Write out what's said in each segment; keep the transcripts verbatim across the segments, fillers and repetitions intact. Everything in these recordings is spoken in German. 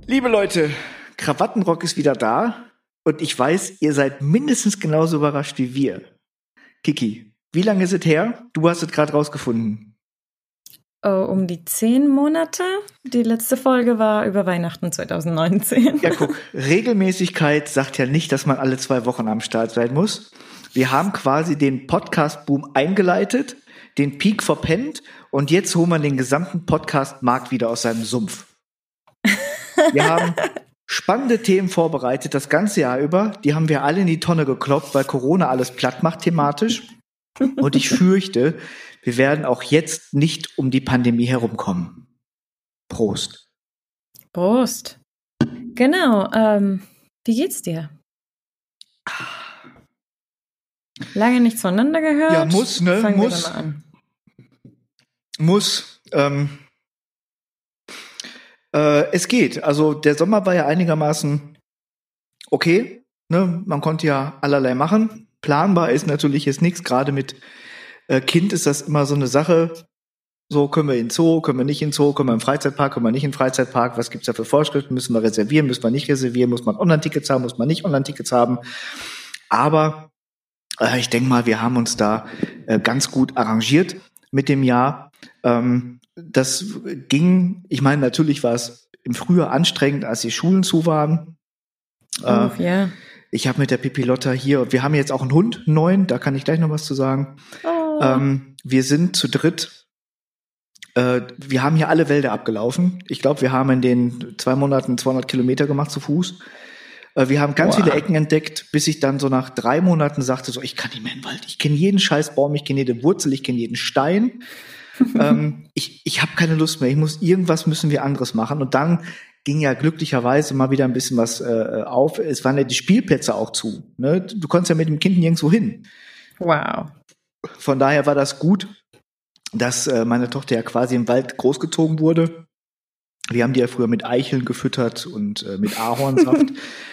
Liebe Leute, Krawattenrock ist wieder da und ich weiß, ihr seid mindestens genauso überrascht wie wir. Kiki, wie lange ist es her? Du hast es gerade rausgefunden. Oh, um die zehn Monate. Die letzte Folge war über Weihnachten zwanzig neunzehn. Ja, guck, Regelmäßigkeit sagt ja nicht, dass man alle zwei Wochen am Start sein muss. Wir haben quasi den Podcast-Boom eingeleitet, den Peak verpennt und jetzt holen wir den gesamten Podcast-Markt wieder aus seinem Sumpf. Wir haben spannende Themen vorbereitet, das ganze Jahr über. Die haben wir alle in die Tonne gekloppt, weil Corona alles platt macht thematisch. Und ich fürchte, wir werden auch jetzt nicht um die Pandemie herumkommen. Prost. Prost. Genau. Ähm, wie geht's dir? Lange nichts voneinander gehört. Ja, muss, ne? Fangen muss. wir mal an. Muss. Ähm, äh, es geht. Also der Sommer war ja einigermaßen okay. Ne? Man konnte ja allerlei machen. Planbar ist natürlich jetzt nichts. Gerade mit äh, Kind ist das immer so eine Sache. So, können wir in den Zoo, können wir nicht in den Zoo, können wir im Freizeitpark, können wir nicht in den Freizeitpark, was gibt's da für Vorschriften, müssen wir reservieren, müssen wir nicht reservieren, muss man Online-Tickets haben, muss man nicht Online-Tickets haben. Aber äh, ich denke mal, wir haben uns da äh, ganz gut arrangiert mit dem Jahr. Ähm, das ging, ich meine, natürlich war es im Frühjahr anstrengend, als die Schulen zu waren. Oh, äh, ja. Ich habe mit der Pipi Lotta hier, wir haben jetzt auch einen Hund, einen neuen, da kann ich gleich noch was zu sagen. Oh. Ähm, wir sind zu dritt. Wir haben hier alle Wälder abgelaufen. Ich glaube, wir haben in den zwei Monaten zweihundert Kilometer gemacht zu Fuß. Wir haben ganz wow. viele Ecken entdeckt, bis ich dann so nach drei Monaten sagte, so, ich kann nicht mehr in den Wald. Ich kenne jeden scheiß Baum, ich kenne jede Wurzel, ich kenne jeden Stein. ähm, ich ich habe keine Lust mehr. Ich muss irgendwas müssen wir anderes machen. Und dann ging ja glücklicherweise mal wieder ein bisschen was äh, auf. Es waren ja die Spielplätze auch zu. Ne? Du konntest ja mit dem Kind nirgendwo hin. Wow. Von daher war das gut, dass äh, meine Tochter ja quasi im Wald großgezogen wurde. Wir haben die ja früher mit Eicheln gefüttert und äh, mit Ahornsaft.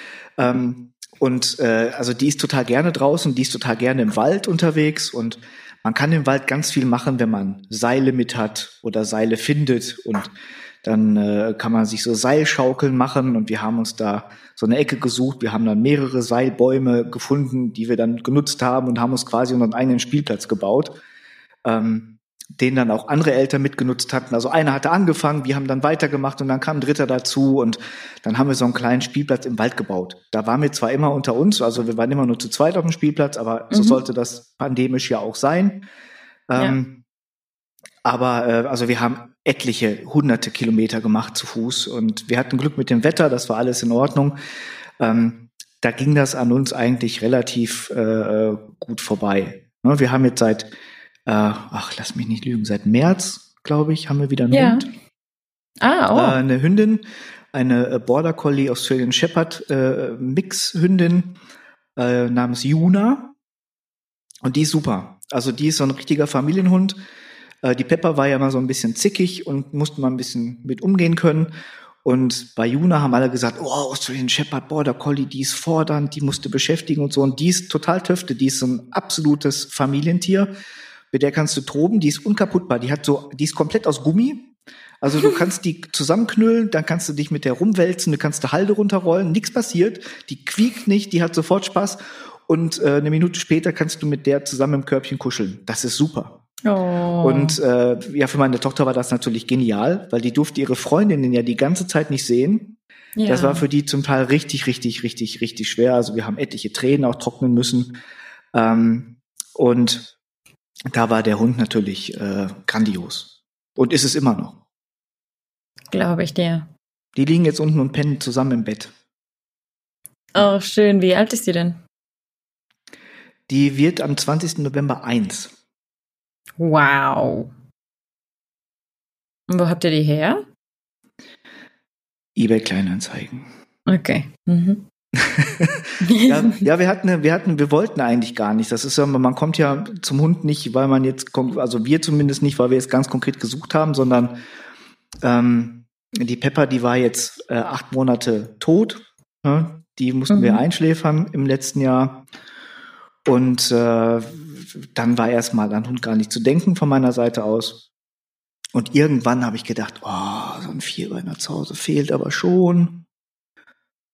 ähm, und äh, also die ist total gerne draußen, die ist total gerne im Wald unterwegs und man kann im Wald ganz viel machen, wenn man Seile mit hat oder Seile findet und dann äh, kann man sich so Seilschaukeln machen und wir haben uns da so eine Ecke gesucht. Wir haben dann mehrere Seilbäume gefunden, die wir dann genutzt haben und haben uns quasi unseren eigenen Spielplatz gebaut. Ähm, den dann auch andere Eltern mitgenutzt hatten. Also einer hatte angefangen, wir haben dann weitergemacht und dann kam ein Dritter dazu und dann haben wir so einen kleinen Spielplatz im Wald gebaut. Da waren wir zwar immer unter uns, also wir waren immer nur zu zweit auf dem Spielplatz, aber mhm. so sollte das pandemisch ja auch sein. Ähm, ja. Aber äh, also wir haben etliche hunderte Kilometer gemacht zu Fuß und wir hatten Glück mit dem Wetter, das war alles in Ordnung. Ähm, da ging das an uns eigentlich relativ äh, gut vorbei. Ne, wir haben jetzt seit Äh, ach, lass mich nicht lügen, seit März, glaube ich, haben wir wieder einen ja. Hund. Ah, oh. Äh, eine Hündin, eine Border Collie Australian Shepherd äh, Mix-Hündin äh, namens Juna. Und die ist super. Also die ist so ein richtiger Familienhund. Äh, die Pepper war ja mal so ein bisschen zickig und musste mal ein bisschen mit umgehen können. Und bei Juna haben alle gesagt, oh, Australian Shepherd, Border Collie, die ist fordernd, die musste beschäftigen und so. Und die ist total töfte, die ist so ein absolutes Familientier. Mit der kannst du toben, die ist unkaputtbar, die hat so, die ist komplett aus Gummi. Also du kannst die zusammenknüllen, dann kannst du dich mit der rumwälzen, du kannst die Halde runterrollen, nichts passiert, die quiekt nicht, die hat sofort Spaß und äh, eine Minute später kannst du mit der zusammen im Körbchen kuscheln. Das ist super. Oh. Und äh, ja, für meine Tochter war das natürlich genial, weil die durfte ihre Freundinnen ja die ganze Zeit nicht sehen. Ja. Das war für die zum Teil richtig, richtig, richtig, richtig schwer. Also wir haben etliche Tränen auch trocknen müssen. Ähm, und da war der Hund natürlich äh, grandios. Und ist es immer noch. Glaube ich dir. Die liegen jetzt unten und pennen zusammen im Bett. Oh, schön. Wie alt ist die denn? Die wird am zwanzigsten November eins. Wow. Und wo habt ihr die her? eBay Kleinanzeigen. Okay. Mhm. ja, ja, wir hatten, wir hatten, wir wollten eigentlich gar nicht. Das ist ja, man kommt ja zum Hund nicht, weil man jetzt, also wir zumindest nicht, weil wir jetzt ganz konkret gesucht haben, sondern ähm, die Pepper, die war jetzt äh, acht Monate tot. Ne? Die mussten mhm. wir einschläfern im letzten Jahr. Und äh, dann war erstmal an Hund gar nicht zu denken von meiner Seite aus. Und irgendwann habe ich gedacht, oh, so ein Vierbeiner zu Hause fehlt aber schon.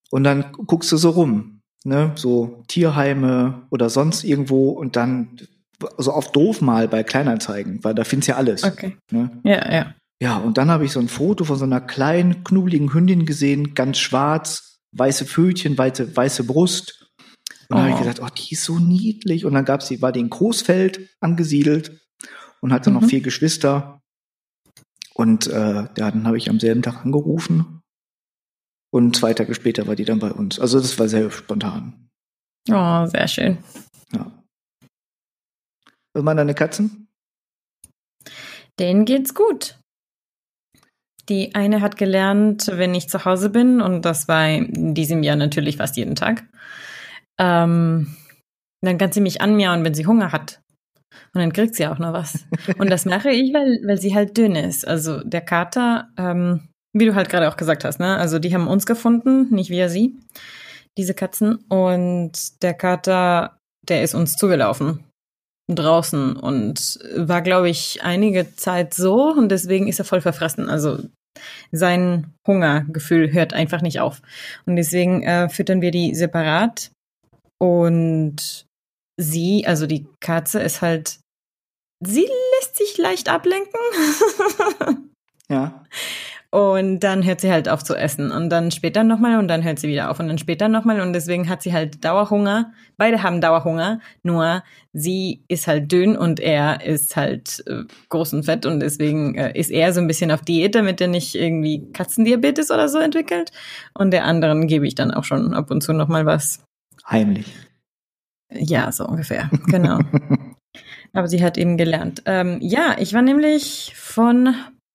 Und dann guckst du so rum, ne, so Tierheime oder sonst irgendwo und dann so auf doof mal bei Kleinanzeigen, weil da findest du ja alles. Okay. Ne? Ja, ja. Ja, und dann habe ich so ein Foto von so einer kleinen, knubbeligen Hündin gesehen, ganz schwarz, weiße Pfötchen, weiße, weiße Brust. Und dann habe ich Oh. gedacht, oh, die ist so niedlich. Und dann gab's die, war die in Coesfeld angesiedelt und hatte Mhm. noch vier Geschwister. Und äh, ja, dann habe ich am selben Tag angerufen. Und zwei Tage später war die dann bei uns. Also das war sehr spontan. Oh, sehr schön. Ja. Was waren deine Katzen? Denen geht's gut. Die eine hat gelernt, wenn ich zu Hause bin, und das war in diesem Jahr natürlich fast jeden Tag, ähm, dann kann sie mich anmiauen, wenn sie Hunger hat. Und dann kriegt sie auch noch was. Und das mache ich, weil, weil sie halt dünn ist. Also der Kater, ähm, wie du halt gerade auch gesagt hast, ne? Also die haben uns gefunden, nicht wir sie, diese Katzen. Und der Kater, der ist uns zugelaufen. Draußen und war, glaube ich, einige Zeit so und deswegen ist er voll verfressen. Also sein Hungergefühl hört einfach nicht auf. Und deswegen äh, füttern wir die separat und sie, also die Katze ist halt, sie lässt sich leicht ablenken. Ja. Und dann hört sie halt auf zu essen und dann später nochmal und dann hört sie wieder auf und dann später nochmal und deswegen hat sie halt Dauerhunger. Beide haben Dauerhunger, nur sie ist halt dünn und er ist halt äh, groß und fett und deswegen äh, ist er so ein bisschen auf Diät, damit er nicht irgendwie Katzendiabetes oder so entwickelt. Und der anderen gebe ich dann auch schon ab und zu nochmal was. Heimlich. Ja, so ungefähr, genau. Aber sie hat eben gelernt. Ähm, ja, ich war nämlich von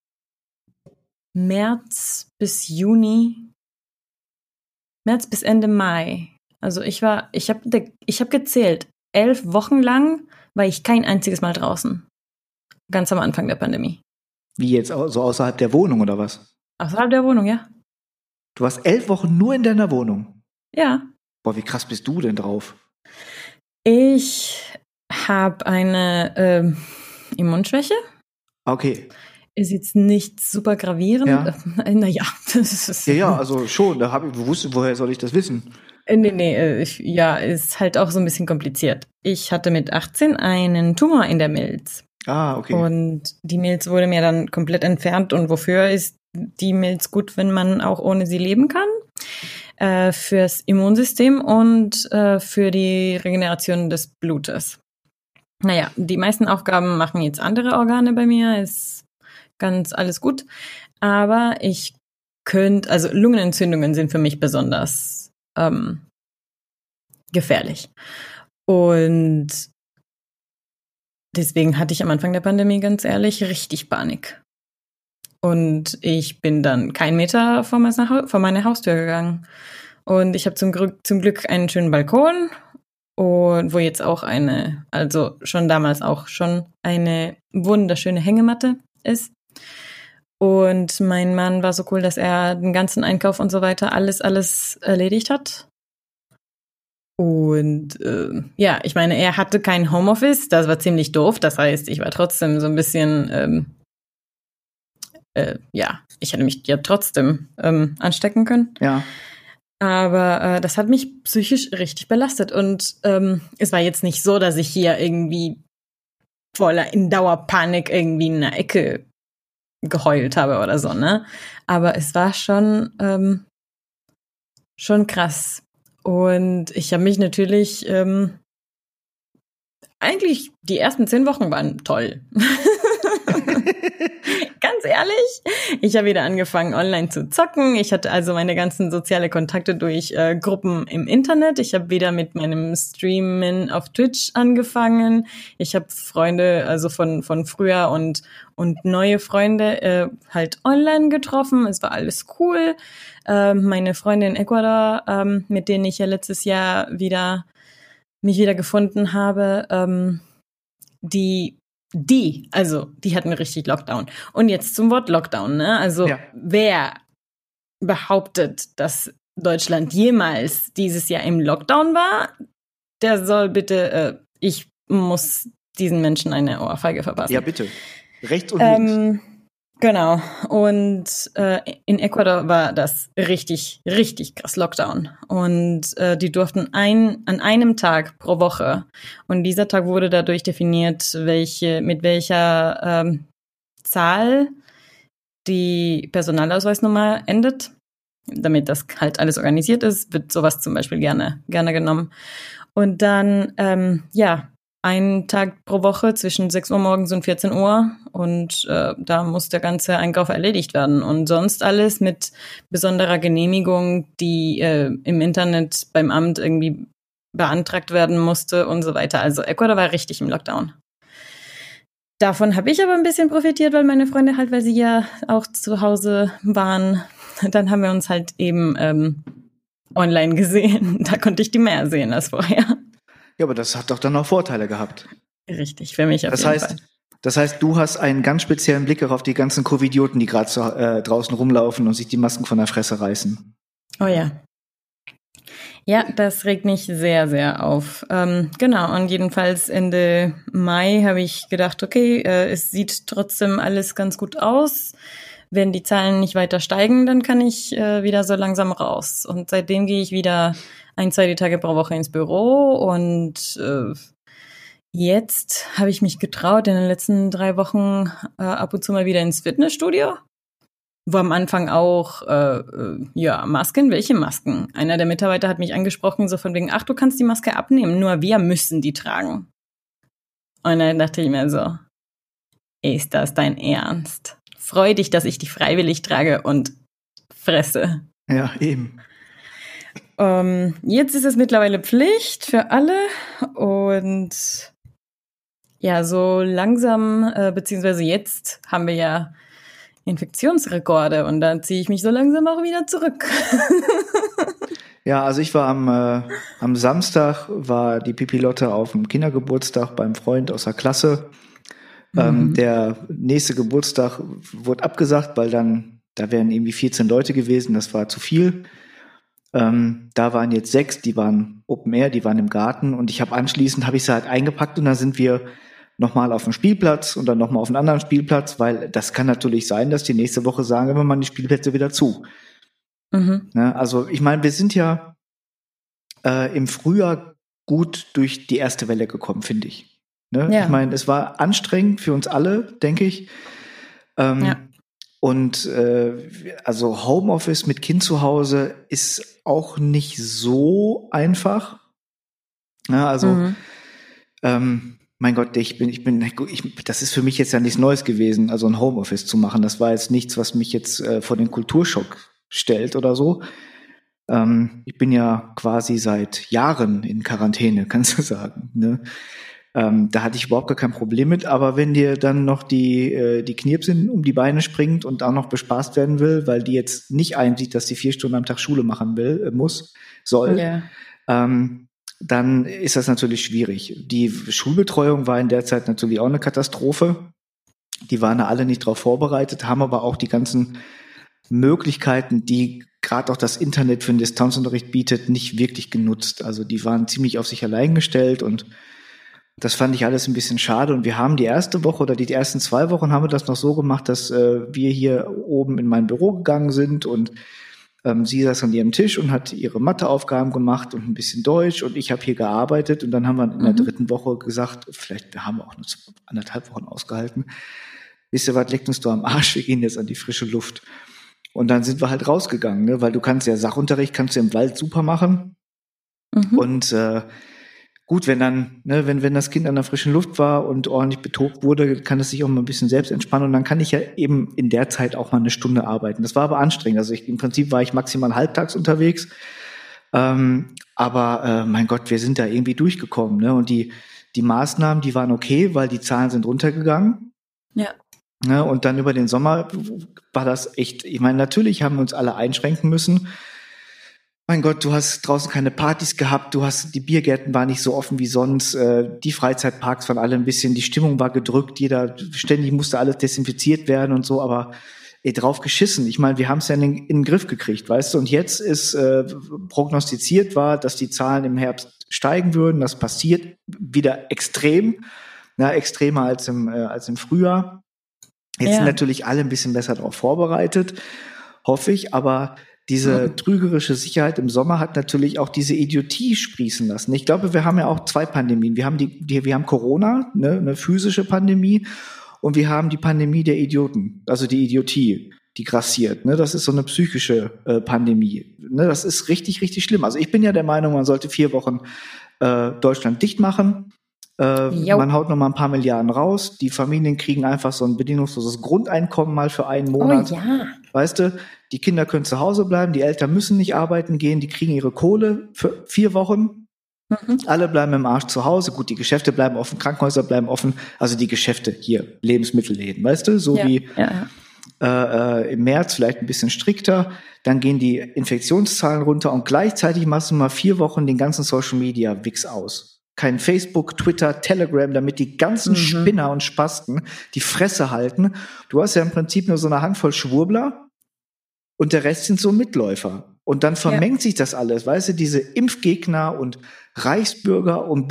März bis Juni, März bis Ende Mai. Also ich war, ich habe ich hab gezählt, elf Wochen lang war ich kein einziges Mal draußen. Ganz am Anfang der Pandemie. Wie jetzt, au- so außerhalb der Wohnung oder was? Außerhalb der Wohnung, ja. Du warst elf Wochen nur in deiner Wohnung. Ja. Boah, wie krass bist du denn drauf? Ich habe eine ähm, Immunschwäche. Okay. Ist jetzt nicht super gravierend. Ja. Naja, das ist. Ja, ja, also schon, da habe ich bewusst, woher soll ich das wissen? Äh, Nee, nee, äh, ich, ja, ist halt auch so ein bisschen kompliziert. Ich hatte mit achtzehn einen Tumor in der Milz. Ah, okay. Und die Milz wurde mir dann komplett entfernt. Und wofür ist die Milz gut, wenn man auch ohne sie leben kann? Äh, fürs Immunsystem und äh, für die Regeneration des Blutes. Naja, die meisten Aufgaben machen jetzt andere Organe bei mir. Ist ganz alles gut. Aber ich könnte, also Lungenentzündungen sind für mich besonders ähm, gefährlich. Und deswegen hatte ich am Anfang der Pandemie, ganz ehrlich, richtig Panik. Und ich bin dann keinen Meter vor meine Haustür gegangen. Und ich habe zum Glück, zum Glück einen schönen Balkon, und wo jetzt auch eine, also schon damals auch schon eine wunderschöne Hängematte ist. Und mein Mann war so cool, dass er den ganzen Einkauf und so weiter alles, alles erledigt hat. Und äh, ja, ich meine, er hatte kein Homeoffice, das war ziemlich doof. Das heißt, ich war trotzdem so ein bisschen, ähm, äh, ja, ich hätte mich ja trotzdem ähm, anstecken können. Ja. Aber äh, das hat mich psychisch richtig belastet. Und ähm, es war jetzt nicht so, dass ich hier irgendwie voller in Dauerpanik irgendwie in einer Ecke geheult habe oder so, ne? Aber es war schon, ähm, schon krass. Und ich habe mich natürlich, ähm, eigentlich die ersten zehn Wochen waren toll. Ganz ehrlich, ich habe wieder angefangen, online zu zocken. Ich hatte also meine ganzen soziale Kontakte durch äh, Gruppen im Internet. Ich habe wieder mit meinem Streamen auf Twitch angefangen. Ich habe Freunde, also von von früher und und neue Freunde äh, halt online getroffen. Es war alles cool. Äh, meine Freunde in Ecuador, ähm, mit denen ich ja letztes Jahr wieder mich wieder gefunden habe, ähm, die Die, also, die hatten richtig Lockdown. Und jetzt zum Wort Lockdown, ne? Also, ja. Wer behauptet, dass Deutschland jemals dieses Jahr im Lockdown war, der soll bitte, äh, ich muss diesen Menschen eine Ohrfeige verpassen. Ja, bitte. Rechts und links. Ähm, Genau. Und äh, in Ecuador war das richtig, richtig krass Lockdown. Und äh, die durften ein, an einem Tag pro Woche. Und dieser Tag wurde dadurch definiert, welche, mit welcher ähm, Zahl die Personalausweisnummer endet. Damit das halt alles organisiert ist, wird sowas zum Beispiel gerne, gerne genommen. Und dann, ähm, ja, einen Tag pro Woche zwischen sechs Uhr morgens und vierzehn Uhr und äh, da muss der ganze Einkauf erledigt werden und sonst alles mit besonderer Genehmigung, die äh, im Internet beim Amt irgendwie beantragt werden musste und so weiter. Also Ecuador war richtig im Lockdown. Davon habe ich aber ein bisschen profitiert, weil meine Freunde halt, weil sie ja auch zu Hause waren, dann haben wir uns halt eben ähm, online gesehen. Da konnte ich die mehr sehen als vorher. Ja, aber das hat doch dann auch Vorteile gehabt. Richtig, für mich auf das jeden heißt, Fall. Das heißt, du hast einen ganz speziellen Blick auf die ganzen Covidioten, die gerade so, äh, draußen rumlaufen und sich die Masken von der Fresse reißen. Oh ja. Ja, das regt mich sehr, sehr auf. Ähm, genau, und jedenfalls Ende Mai habe ich gedacht, okay, äh, es sieht trotzdem alles ganz gut aus. Wenn die Zahlen nicht weiter steigen, dann kann ich äh, wieder so langsam raus. Und seitdem gehe ich wieder ein, zwei Tage pro Woche ins Büro und äh, jetzt habe ich mich getraut, in den letzten drei Wochen äh, ab und zu mal wieder ins Fitnessstudio. Wo am Anfang auch, äh, äh, ja, Masken, welche Masken? Einer der Mitarbeiter hat mich angesprochen, so von wegen, ach, du kannst die Maske abnehmen, nur wir müssen die tragen. Und dann dachte ich mir so, ist das dein Ernst? Freu dich, dass ich die freiwillig trage und fresse. Ja, eben. Ähm, jetzt ist es mittlerweile Pflicht für alle und ja, so langsam, äh, beziehungsweise jetzt haben wir ja Infektionsrekorde und dann ziehe ich mich so langsam auch wieder zurück. Ja, also ich war am, äh, am Samstag, war die Pipilotte auf dem Kindergeburtstag beim Freund aus der Klasse. Mhm. Ähm, der nächste Geburtstag wurde abgesagt, weil dann, da wären irgendwie vierzehn Leute gewesen, das war zu viel. Ähm, da waren jetzt sechs, die waren Open Air, die waren im Garten und ich habe anschließend, habe ich sie halt eingepackt und dann sind wir nochmal auf dem Spielplatz und dann nochmal auf einen anderen Spielplatz, weil das kann natürlich sein, dass die nächste Woche sagen, wir machen die Spielplätze wieder zu. Mhm. Ne, also ich meine, wir sind ja äh, im Frühjahr gut durch die erste Welle gekommen, finde ich. Ne? Ja. Ich meine, es war anstrengend für uns alle, denke ich. Ähm, ja. Und äh, also Homeoffice mit Kind zu Hause ist auch nicht so einfach. Ja, also mhm. ähm, mein Gott, ich bin, ich bin, ich, das ist für mich jetzt ja nichts Neues gewesen, also ein Homeoffice zu machen. Das war jetzt nichts, was mich jetzt äh, vor den Kulturschock stellt oder so. Ähm, ich bin ja quasi seit Jahren in Quarantäne, kannst du sagen. Ne? Ähm, da hatte ich überhaupt gar kein Problem mit. Aber wenn dir dann noch die äh, die Knirpsin um die Beine springt und auch noch bespaßt werden will, weil die jetzt nicht einsieht, dass sie vier Stunden am Tag Schule machen will, äh, muss, soll, yeah. ähm, dann ist das natürlich schwierig. Die Schulbetreuung war in der Zeit natürlich auch eine Katastrophe. Die waren da alle nicht drauf vorbereitet, haben aber auch die ganzen Möglichkeiten, die gerade auch das Internet für den Distanzunterricht bietet, nicht wirklich genutzt. Also die waren ziemlich auf sich allein gestellt und das fand ich alles ein bisschen schade. Und wir haben die erste Woche oder die ersten zwei Wochen haben wir das noch so gemacht, dass äh, wir hier oben in mein Büro gegangen sind und Ähm, sie saß an ihrem Tisch und hat ihre Matheaufgaben gemacht und ein bisschen Deutsch und ich habe hier gearbeitet und dann haben wir in der mhm. dritten Woche gesagt, vielleicht wir haben auch nur anderthalb Wochen ausgehalten, wisst ihr was, leckt uns doch am Arsch, wir gehen jetzt an die frische Luft. Und dann sind wir halt rausgegangen, ne? Weil du kannst ja Sachunterricht, kannst du im Wald super machen mhm. und äh, gut, wenn dann, ne, wenn, wenn das Kind an der frischen Luft war und ordentlich betobt wurde, kann es sich auch mal ein bisschen selbst entspannen und dann kann ich ja eben in der Zeit auch mal eine Stunde arbeiten. Das war aber anstrengend. Also ich, im Prinzip war ich maximal halbtags unterwegs. Ähm, aber äh, mein Gott, wir sind da irgendwie durchgekommen, ne? Und die, die Maßnahmen, die waren okay, weil die Zahlen sind runtergegangen. Ja. Ne? Und dann über den Sommer war das echt, ich meine, natürlich haben wir uns alle einschränken müssen. Mein Gott, du hast draußen keine Partys gehabt, du hast, die Biergärten waren nicht so offen wie sonst, äh, die Freizeitparks waren alle ein bisschen, die Stimmung war gedrückt, jeder, ständig musste alles desinfiziert werden und so, aber ey, drauf geschissen. Ich meine, wir haben es ja in den, in den Griff gekriegt, weißt du, und jetzt ist äh, prognostiziert war, dass die Zahlen im Herbst steigen würden, das passiert wieder extrem, na, extremer als im, äh, als im Frühjahr. Jetzt Ja. sind natürlich alle ein bisschen besser darauf vorbereitet, hoffe ich, aber diese Mhm. trügerische Sicherheit im Sommer hat natürlich auch diese Idiotie sprießen lassen. Ich glaube, wir haben ja auch zwei Pandemien. Wir haben die, die wir haben Corona, ne, eine physische Pandemie, und wir haben die Pandemie der Idioten, also die Idiotie, die grassiert. Ne? Das ist so eine psychische äh, Pandemie. Ne? Das ist richtig, richtig schlimm. Also ich bin ja der Meinung, man sollte vier Wochen äh, Deutschland dicht machen. Äh, Jo. man haut noch mal ein paar Milliarden raus. Die Familien kriegen einfach so ein bedingungsloses Grundeinkommen mal für einen Monat. Oh ja. Weißt du, die Kinder können zu Hause bleiben, die Eltern müssen nicht arbeiten gehen, die kriegen ihre Kohle für vier Wochen. Mhm. Alle bleiben im Arsch zu Hause. Gut, die Geschäfte bleiben offen, Krankenhäuser bleiben offen. Also die Geschäfte hier, Lebensmittelläden, weißt du, so Ja. wie Ja. äh, äh, im März vielleicht ein bisschen strikter. Dann gehen die Infektionszahlen runter und gleichzeitig machst du mal vier Wochen den ganzen Social Media Wix aus. Kein Facebook, Twitter, Telegram, damit die ganzen Mhm. Spinner und Spasten die Fresse halten. Du hast ja im Prinzip nur so eine Handvoll Schwurbler und der Rest sind so Mitläufer. Und dann vermengt sich das alles, weißt du, diese Impfgegner und Reichsbürger und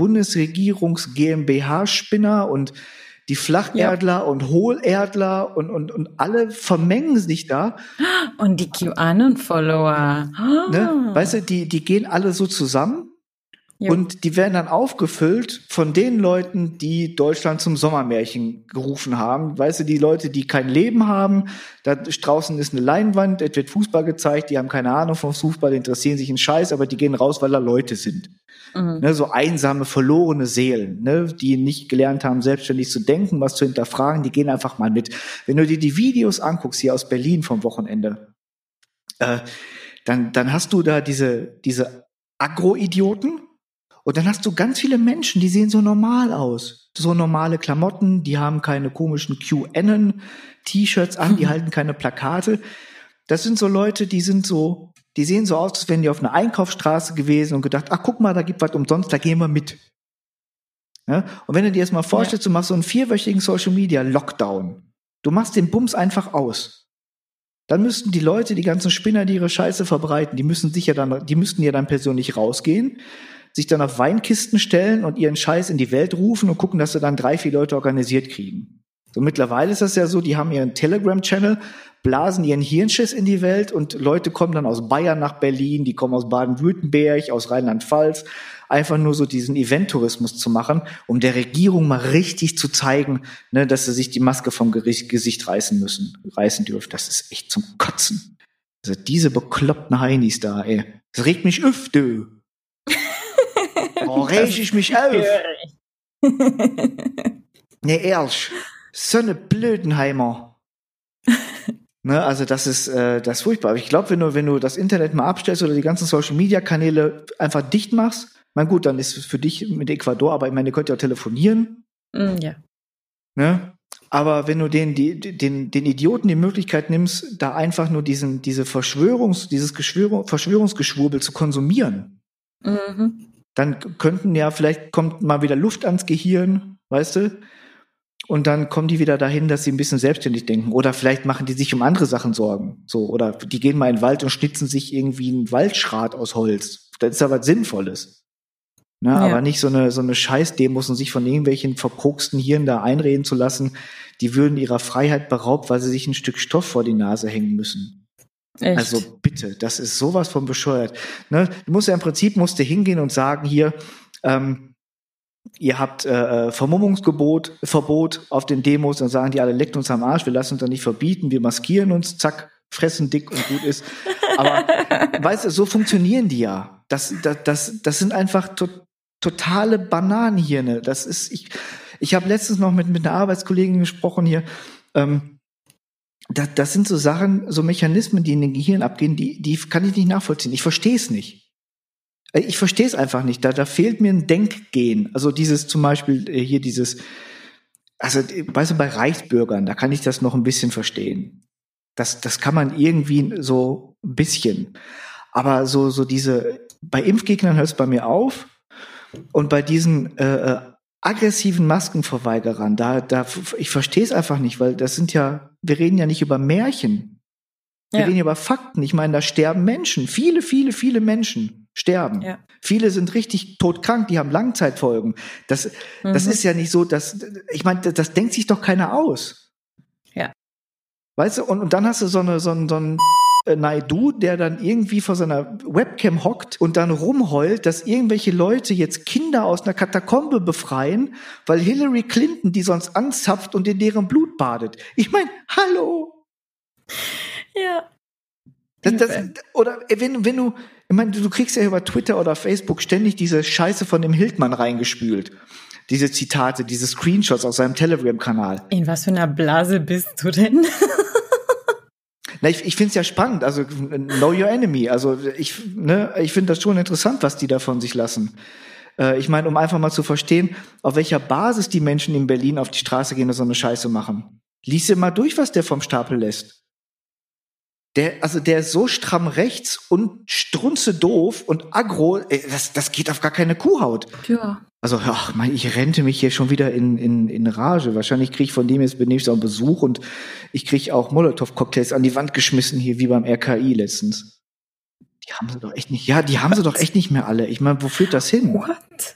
Bundesregierungs-GmbH-Spinner und die Flacherdler und Hohlerdler und, und, und alle vermengen sich da. Und die QAnon-Follower. Ne? Weißt du, die, die gehen alle so zusammen. Jo. Und die werden dann aufgefüllt von den Leuten, die Deutschland zum Sommermärchen gerufen haben. Weißt du, die Leute, die kein Leben haben, da draußen ist eine Leinwand, es wird Fußball gezeigt, die haben keine Ahnung vom Fußball, interessieren sich einen Scheiß, aber die gehen raus, weil da Leute sind. Mhm. Ne, so einsame, verlorene Seelen, ne, die nicht gelernt haben, selbstständig zu denken, was zu hinterfragen, die gehen einfach mal mit. Wenn du dir die Videos anguckst, hier aus Berlin vom Wochenende, äh, dann, dann hast du da diese, diese Agro-Idioten. Und dann hast du ganz viele Menschen, die sehen so normal aus. So normale Klamotten, die haben keine komischen QAnon-T-Shirts an, die halten keine Plakate. Das sind so Leute, die sind so, die sehen so aus, als wären die auf einer Einkaufsstraße gewesen und gedacht, ach guck mal, da gibt was umsonst, da gehen wir mit. Ja? Und wenn du dir jetzt mal vorstellst, du machst so einen vierwöchigen Social-Media-Lockdown. Du machst den Bums einfach aus. Dann müssten die Leute, die ganzen Spinner, die ihre Scheiße verbreiten, die müssen sich ja dann, die müssten ja dann persönlich rausgehen, sich dann auf Weinkisten stellen und ihren Scheiß in die Welt rufen und gucken, dass sie dann drei, vier Leute organisiert kriegen. So mittlerweile ist das ja so, die haben ihren Telegram-Channel, blasen ihren Hirnschiss in die Welt und Leute kommen dann aus Bayern nach Berlin, die kommen aus Baden-Württemberg, aus Rheinland-Pfalz, einfach nur so diesen Event-Tourismus zu machen, um der Regierung mal richtig zu zeigen, ne, dass sie sich die Maske vom Gesicht, Gesicht reißen müssen, reißen dürfen. Das ist echt zum Kotzen. Also diese bekloppten Heinis da, ey. Das regt mich auf, du. Oh, reg ich mich auf. Nee, ehrlich. So eine Blödenheimer. Ne, also das ist, äh, das ist furchtbar. Aber ich glaube, wenn du, wenn du das Internet mal abstellst oder die ganzen Social-Media-Kanäle einfach dicht machst, mein gut, dann ist es für dich mit Ecuador, aber ich meine, ihr könnt ja auch telefonieren. Mm, ja. Ne? Aber wenn du den, die, den, den Idioten die Möglichkeit nimmst, da einfach nur diesen, diese Verschwörungs, dieses Geschwörung, Verschwörungsgeschwurbel zu konsumieren, Mhm. dann könnten ja, vielleicht kommt mal wieder Luft ans Gehirn, weißt du? Und dann kommen die wieder dahin, dass sie ein bisschen selbstständig denken. Oder vielleicht machen die sich um andere Sachen Sorgen. So, oder die gehen mal in den Wald und schnitzen sich irgendwie einen Waldschrat aus Holz. Das ist ja was Sinnvolles. Ne? Ja. Aber nicht so eine, so eine Scheißdemos und sich von irgendwelchen verkoksten Hirn da einreden zu lassen, die würden ihrer Freiheit beraubt, weil sie sich ein Stück Stoff vor die Nase hängen müssen. Echt? Also bitte, das ist sowas von bescheuert. Ne? Du musst ja im Prinzip musst du hingehen und sagen, hier, ähm, ihr habt äh, Vermummungsgebot, Verbot auf den Demos, dann sagen die alle, leckt uns am Arsch, wir lassen uns da nicht verbieten, wir maskieren uns, zack, fressen dick und gut ist. Aber weißt du, so funktionieren die ja. Das, das, das, das sind einfach to- totale Bananenhirne. Das ist, ich, ich habe letztens noch mit, mit einer Arbeitskollegin gesprochen hier, ähm, Das, das sind so Sachen, so Mechanismen, die in den Gehirn abgehen, die, die kann ich nicht nachvollziehen. Ich verstehe es nicht. Ich verstehe es einfach nicht. Da, da fehlt mir ein Denkgen. Also dieses zum Beispiel hier dieses, also weißt du, bei Reichsbürgern, da kann ich das noch ein bisschen verstehen. Das, das kann man irgendwie so ein bisschen. Aber so, so diese, bei Impfgegnern hört es bei mir auf. Und bei diesen äh, aggressiven Maskenverweigerern, da, da, ich verstehe es einfach nicht, weil das sind ja, wir reden ja nicht über Märchen. Wir Ja. reden über Fakten. Ich meine, da sterben Menschen. Viele, viele, viele Menschen sterben. Ja. Viele sind richtig todkrank, die haben Langzeitfolgen. Das, das Mhm. ist ja nicht so, dass, ich meine, das, das denkt sich doch keiner aus. Ja. Weißt du, und, und dann hast du so eine, so einen, so einen äh, Naidu, der dann irgendwie vor seiner Webcam hockt und dann rumheult, dass irgendwelche Leute jetzt Kinder aus einer Katakombe befreien, weil Hillary Clinton die sonst anzapft und in deren Blut badet. Ich meine, hallo! Ja. Das, das, oder wenn, wenn du, ich meine, du kriegst ja über Twitter oder Facebook ständig diese Scheiße von dem Hildmann reingespült. Diese Zitate, diese Screenshots aus seinem Telegram-Kanal. In was für einer Blase bist du denn? Na, ich, ich finde es ja spannend, also know your enemy. Also ich, ne, ich finde das schon interessant, was die da von sich lassen. Äh, ich meine, um einfach mal zu verstehen, auf welcher Basis die Menschen in Berlin auf die Straße gehen und so eine Scheiße machen. Lies dir mal durch, was der vom Stapel lässt. Der, also der ist so stramm rechts und strunze doof und aggro, ey, das, das geht auf gar keine Kuhhaut. Ja. Also, ach, mein, ich rente mich hier schon wieder in, in, in Rage. Wahrscheinlich kriege ich von dem jetzt demnächst auch einen Besuch und ich kriege auch Molotow-Cocktails an die Wand geschmissen hier, wie beim R K I letztens. Die haben sie doch echt nicht, ja, die haben sie doch echt nicht mehr alle. Ich meine, wo führt das hin? What?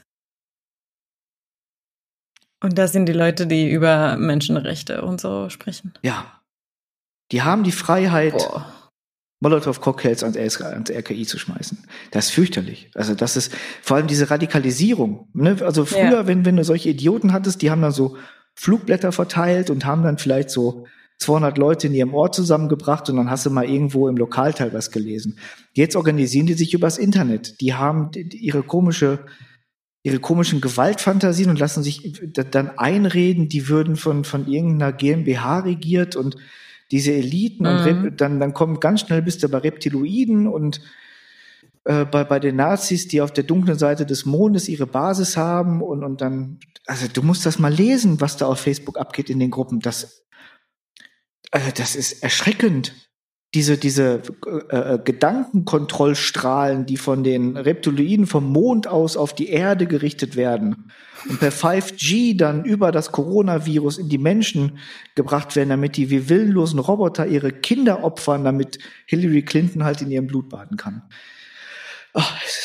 Und das sind die Leute, die über Menschenrechte und so sprechen. Ja. Die haben die Freiheit, Boah. Molotow-Cocktails ans, ans R K I zu schmeißen. Das ist fürchterlich. Also das ist vor allem diese Radikalisierung. Ne? Also früher, ja. wenn, wenn du solche Idioten hattest, die haben dann so Flugblätter verteilt und haben dann vielleicht so zweihundert Leute in ihrem Ort zusammengebracht und dann hast du mal irgendwo im Lokalteil was gelesen. Jetzt organisieren die sich übers Internet. Die haben ihre komische, ihre komischen Gewaltfantasien und lassen sich dann einreden, die würden von, von irgendeiner GmbH regiert und diese Eliten und mhm. Rep- dann, dann kommt ganz schnell bist du bei Reptiloiden und äh, bei, bei den Nazis, die auf der dunklen Seite des Mondes ihre Basis haben und, und dann, also du musst das mal lesen, was da auf Facebook abgeht in den Gruppen. Das, äh, das ist erschreckend. Diese, diese äh, Gedankenkontrollstrahlen, die von den Reptiloiden vom Mond aus auf die Erde gerichtet werden und per fünf G dann über das Coronavirus in die Menschen gebracht werden, damit die wie willenlosen Roboter ihre Kinder opfern, damit Hillary Clinton halt in ihrem Blut baden kann. Oh,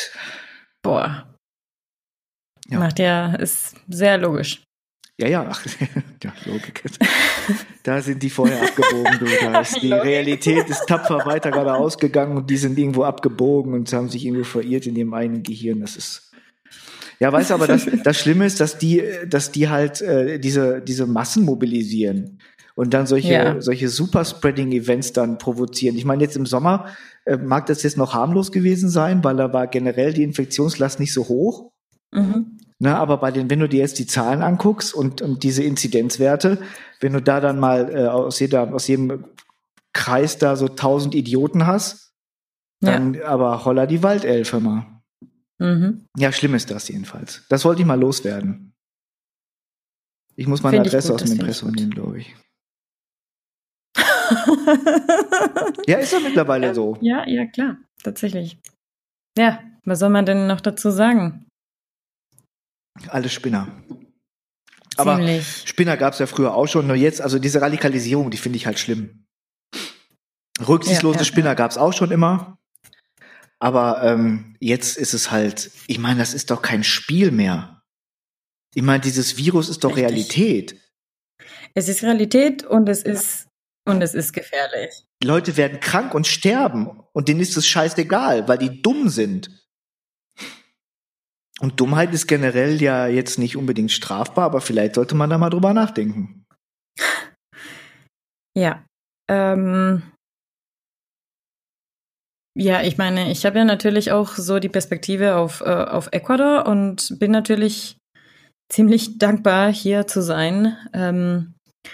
Boah. Ja. Macht ja, ist sehr logisch. Ja, ja, ach, ja, Logik. Da sind die vorher abgebogen, du. Da ist die Realität ist tapfer weiter geradeaus gegangen und die sind irgendwo abgebogen und haben sich irgendwo verirrt in ihrem eigenen Gehirn. Das ist, ja, weißt du, aber das, das Schlimme ist, dass die, dass die halt äh, diese, diese Massen mobilisieren und dann solche, ja. solche Superspreading-Events dann provozieren. Ich meine, jetzt im Sommer äh, mag das jetzt noch harmlos gewesen sein, weil da war generell die Infektionslast nicht so hoch. Mhm. Na, aber bei den, wenn du dir jetzt die Zahlen anguckst und, und diese Inzidenzwerte, wenn du da dann mal äh, aus, jeder, aus jedem Kreis da so tausend Idioten hast, dann ja. aber holla die Waldelfe mal. Mhm. Ja, schlimm ist das jedenfalls. Das wollte ich mal loswerden. Ich muss meine Find Adresse gut, aus dem Impressum nehmen, glaube ich. Ja, ist doch mittlerweile ja, so. Ja, ja, klar, tatsächlich. Ja, was soll man denn noch dazu sagen? Alle Spinner. Aber Ziemlich. Spinner gab es ja früher auch schon, nur jetzt, also diese Radikalisierung, die finde ich halt schlimm. Rücksichtslose ja, ja, Spinner ja. gab es auch schon immer. Aber ähm, jetzt ist es halt, ich meine, das ist doch kein Spiel mehr. Ich meine, dieses Virus ist doch Richtig. Realität. Es ist Realität und es ist und es ist gefährlich. Die Leute werden krank und sterben und denen ist es scheißegal, weil die dumm sind. Und Dummheit ist generell ja jetzt nicht unbedingt strafbar, aber vielleicht sollte man da mal drüber nachdenken. Ja. Ähm, ja, ich meine, ich habe ja natürlich auch so die Perspektive auf, äh, auf Ecuador und bin natürlich ziemlich dankbar, hier zu sein, ähm,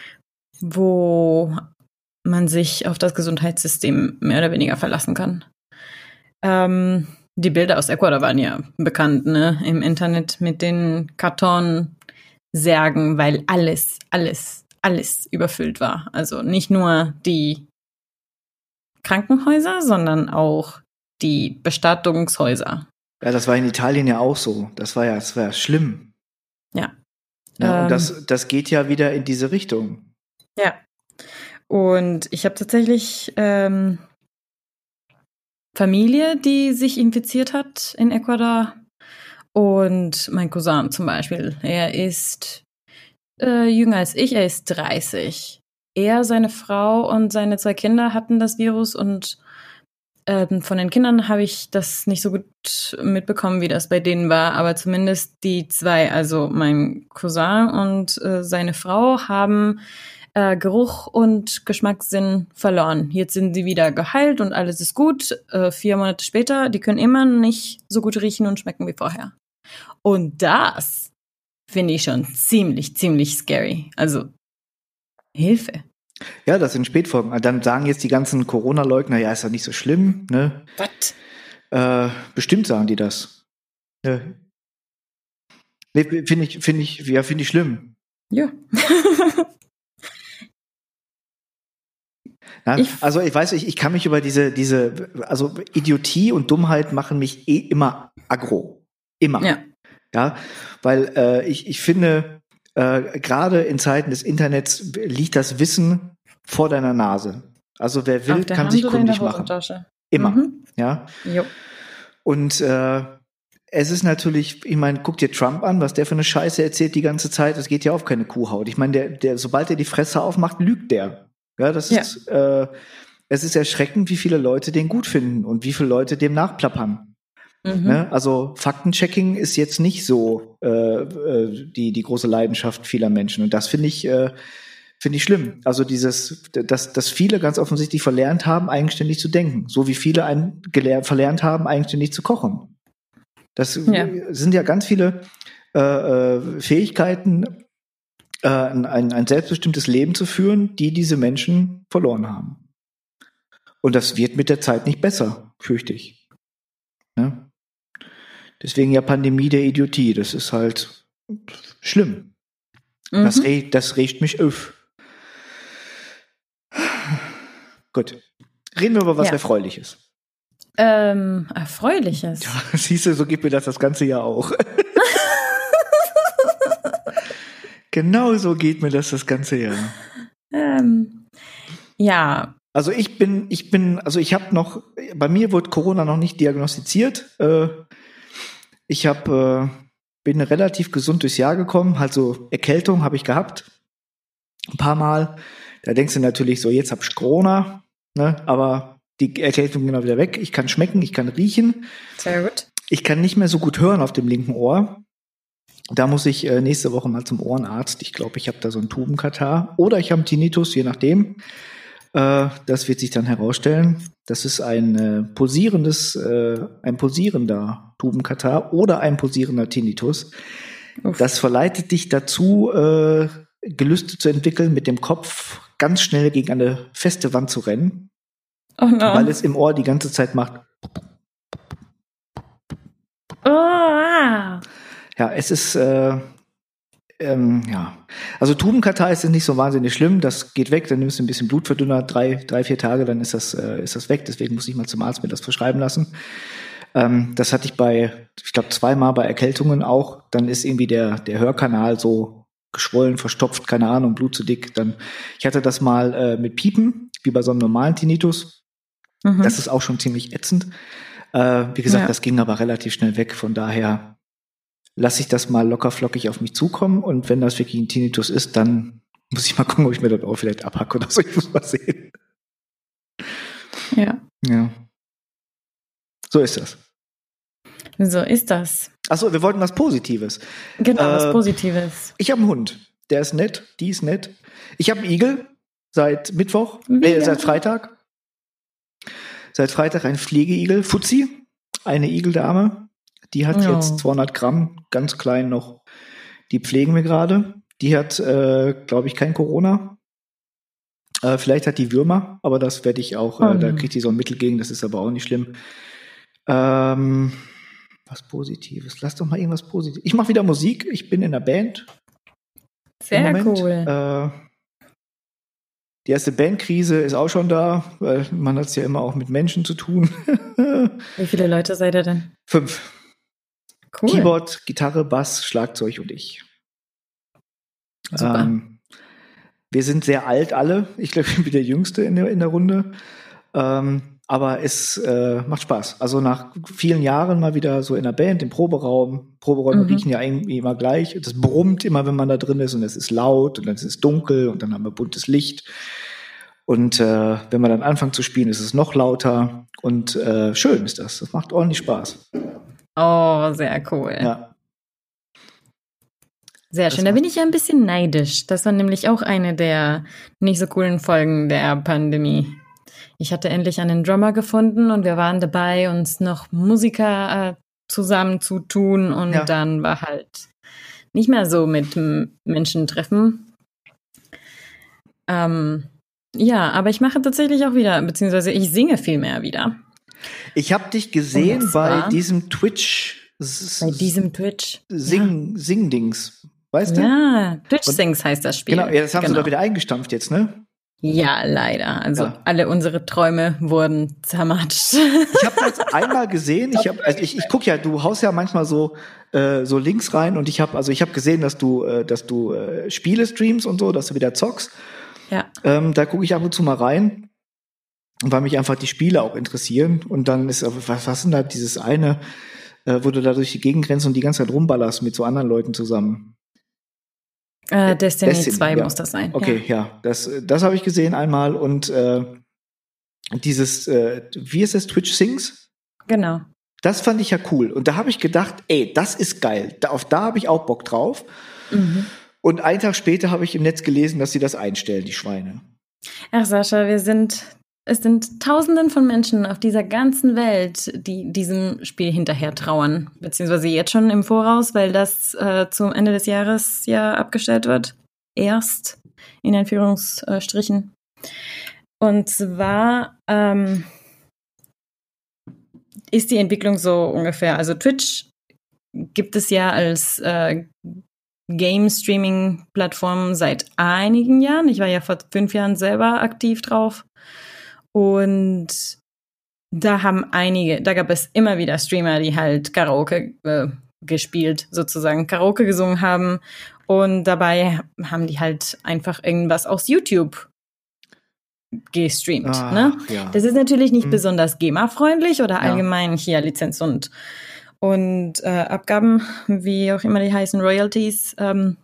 wo man sich auf das Gesundheitssystem mehr oder weniger verlassen kann. Ähm, Die Bilder aus Ecuador waren ja bekannt, ne, im Internet mit den Kartonsärgen, weil alles, alles, alles überfüllt war. Also nicht nur die Krankenhäuser, sondern auch die Bestattungshäuser. Ja, das war in Italien ja auch so. Das war ja, das war ja schlimm. Ja. Ja, ähm, und das, das geht ja wieder in diese Richtung. Ja. Und ich habe tatsächlich ähm, Familie, die sich infiziert hat in Ecuador. Und mein Cousin zum Beispiel, er ist äh, jünger als ich, er ist dreißig. er, seine Frau und seine zwei Kinder hatten das Virus und ähm, von den Kindern habe ich das nicht so gut mitbekommen, wie das bei denen war, aber zumindest die zwei, also mein Cousin und äh, seine Frau haben äh, Geruch und Geschmackssinn verloren. Jetzt sind sie wieder geheilt und alles ist gut. Äh, vier Monate später, die können immer nicht so gut riechen und schmecken wie vorher. Und das finde ich schon ziemlich, ziemlich scary. Also, Hilfe. Ja, das sind Spätfolgen. Dann sagen jetzt die ganzen Corona-Leugner, ja, ist doch nicht so schlimm, ne? Was? Äh, bestimmt sagen die das. Ja. Nee, finde ich, finde ich, ja, finde ich schlimm. Ja. Na, ich, also ich weiß, ich, ich kann mich über diese, diese, also Idiotie und Dummheit machen mich eh immer aggro. Immer. Ja. Ja, weil äh, ich, ich finde, äh, gerade in Zeiten des Internets liegt das Wissen vor deiner Nase. Also wer will, kann sich kundig machen. Immer. Mhm. Ja. Jo. Und äh, es ist natürlich, ich meine, guck dir Trump an, was der für eine Scheiße erzählt die ganze Zeit. Das geht ja auf keine Kuhhaut. Ich meine, der, der, sobald er die Fresse aufmacht, lügt der. Ja, das ja. ist, äh, es ist erschreckend, wie viele Leute den gut finden und wie viele Leute dem nachplappern. Mhm. Ne? Also Faktenchecking ist jetzt nicht so äh, äh, die die große Leidenschaft vieler Menschen und das finde ich äh, finde ich schlimm. Also dieses, dass dass viele ganz offensichtlich verlernt haben, eigenständig zu denken, so wie viele ein, gelernt, verlernt haben, eigenständig zu kochen. Das ja. sind ja ganz viele äh, Fähigkeiten, äh, ein, ein selbstbestimmtes Leben zu führen, die diese Menschen verloren haben. Und das wird mit der Zeit nicht besser, fürchte ich. Ne? Deswegen ja Pandemie der Idiotie. Das ist halt schlimm. Mhm. Das, re- das regt mich auf. Gut. Reden wir über was ja. Erfreuliches. Ähm, Erfreuliches? Ja, siehst du, so geht mir das das ganze Jahr auch. Genau so geht mir das das ganze Jahr. Ähm, ja. Also ich bin, ich bin, also ich habe noch, bei mir wurde Corona noch nicht diagnostiziert. Äh, Ich hab, äh, bin relativ gesund durchs Jahr gekommen, halt so Erkältung habe ich gehabt, ein paar Mal. Da denkst du natürlich so, jetzt hab ich Corona, ne? Aber die Erkältung genau wieder weg. Ich kann schmecken, ich kann riechen. Sehr gut. Ich kann nicht mehr so gut hören auf dem linken Ohr. Da muss ich äh, nächste Woche mal zum Ohrenarzt. Ich glaube, ich habe da so einen Tubenkatarrh oder ich habe einen Tinnitus, je nachdem. Äh, das wird sich dann herausstellen. Das ist ein äh, pulsierendes, äh, ein pulsierender Tubenkatarrh oder ein pulsierender Tinnitus. Uff. Das verleitet dich dazu, äh, Gelüste zu entwickeln, mit dem Kopf ganz schnell gegen eine feste Wand zu rennen. Oh no. Weil es im Ohr die ganze Zeit macht. Oh, wow. Ja, es ist, äh, ähm, ja. Also Tubenkatarrh ist nicht so wahnsinnig schlimm. Das geht weg, dann nimmst du ein bisschen Blutverdünner, drei, drei, vier Tage, dann ist das, äh, ist das weg. Deswegen muss ich mal zum Arzt mir das verschreiben lassen. Ähm, das hatte ich bei, ich glaube, zweimal bei Erkältungen auch. Dann ist irgendwie der, der Hörkanal so geschwollen, verstopft, keine Ahnung, Blut zu dick. Dann, ich hatte das mal äh, mit Piepen, wie bei so einem normalen Tinnitus. Mhm. Das ist auch schon ziemlich ätzend. Äh, wie gesagt, ja. Das ging aber relativ schnell weg. Von daher lasse ich das mal locker flockig auf mich zukommen. Und wenn das wirklich ein Tinnitus ist, dann muss ich mal gucken, ob ich mir das auch vielleicht abhacke oder so. Ich muss mal sehen. Ja. Ja. So ist das. So ist das. Achso, wir wollten was Positives. Genau, äh, was Positives. Ich habe einen Hund. Der ist nett, die ist nett. Ich habe einen Igel seit Mittwoch, äh, seit Freitag. Seit Freitag ein Pflegeigel, Fuzzi, eine Igeldame. Die hat oh. jetzt zweihundert Gramm, ganz klein noch. Die pflegen wir gerade. Die hat, äh, glaube ich, kein Corona. Äh, vielleicht hat die Würmer, aber das werde ich auch, äh, oh. da kriegt die so ein Mittel gegen, das ist aber auch nicht schlimm. Ähm, was Positives. Lass doch mal irgendwas Positives. Ich mache wieder Musik. Ich bin in der Band. Sehr cool. Äh, die erste Bandkrise ist auch schon da, weil man hat es ja immer auch mit Menschen zu tun. Wie viele Leute seid ihr denn? Fünf. Cool. Keyboard, Gitarre, Bass, Schlagzeug und ich. Super. Ähm, wir sind sehr alt alle. Ich glaube, ich bin der Jüngste in der, in der Runde. Ähm, aber es äh, macht Spaß. Also nach vielen Jahren mal wieder so in der Band, im Proberaum. Proberäume Mhm. riechen ja irgendwie immer gleich. Das brummt immer, wenn man da drin ist und es ist laut und dann ist es dunkel und dann haben wir buntes Licht. Und äh, wenn man dann anfängt zu spielen, ist es noch lauter und äh, schön ist das. Das macht ordentlich Spaß. Oh, sehr cool. Ja. Sehr Das schön. Da macht- bin ich ja ein bisschen neidisch. Das war nämlich auch eine der nicht so coolen Folgen der Pandemie. Ich hatte endlich einen Drummer gefunden und wir waren dabei, uns noch Musiker äh, zusammen zu tun und Ja. dann war halt nicht mehr so mit m- Menschen treffen. Ähm, ja, aber ich mache tatsächlich auch wieder, beziehungsweise ich singe viel mehr wieder. Ich habe dich gesehen Und bei zwar diesem Twitch s- Bei diesem Twitch. Sing, Sing-Dings. Weißt du? Ja, Twitch Sings heißt das Spiel. Genau, ja, das haben genau. sie doch wieder eingestampft jetzt, ne? Ja, leider. Also Ja. alle unsere Träume wurden zermatscht. Ich habe das einmal gesehen. Ich habe, also ich, ich guck ja, du haust ja manchmal so äh, so Links rein und ich habe, also ich habe gesehen, dass du, äh, dass du äh, Spiele streamst und so, dass du wieder zockst. Ja. Ähm, da gucke ich ab und zu mal rein, weil mich einfach die Spiele auch interessieren. Und dann ist, was, was ist denn da dieses eine, äh, wo du da durch die Gegend rennst und die ganze Zeit rumballerst mit so anderen Leuten zusammen? Äh, Destiny, Destiny, zwei ja. muss das sein. Okay, ja, ja das, das habe ich gesehen einmal und äh, dieses, äh, wie ist das, Twitch Sings? Genau. Das fand ich ja cool. Und da habe ich gedacht, ey, das ist geil. Da, auf da habe ich auch Bock drauf. Mhm. Und einen Tag später habe ich im Netz gelesen, dass sie das einstellen, die Schweine. Ach, Sascha, wir sind, es sind Tausenden von Menschen auf dieser ganzen Welt, die diesem Spiel hinterher trauern. Beziehungsweise jetzt schon im Voraus, weil das äh, zum Ende des Jahres ja abgestellt wird. Erst, in Anführungsstrichen. Und zwar ähm, ist die Entwicklung so ungefähr, also Twitch gibt es ja als äh, Game-Streaming-Plattform seit einigen Jahren. Ich war ja vor fünf Jahren selber aktiv drauf. Und da haben einige, da gab es immer wieder Streamer, die halt Karaoke äh, gespielt, sozusagen Karaoke gesungen haben. Und dabei haben die halt einfach irgendwas aus YouTube gestreamt. Ach, ne? ja. Das ist natürlich nicht Hm. besonders GEMA-freundlich oder Ja. allgemein hier Lizenz und und äh, Abgaben, wie auch immer die heißen, Royalties, ähm,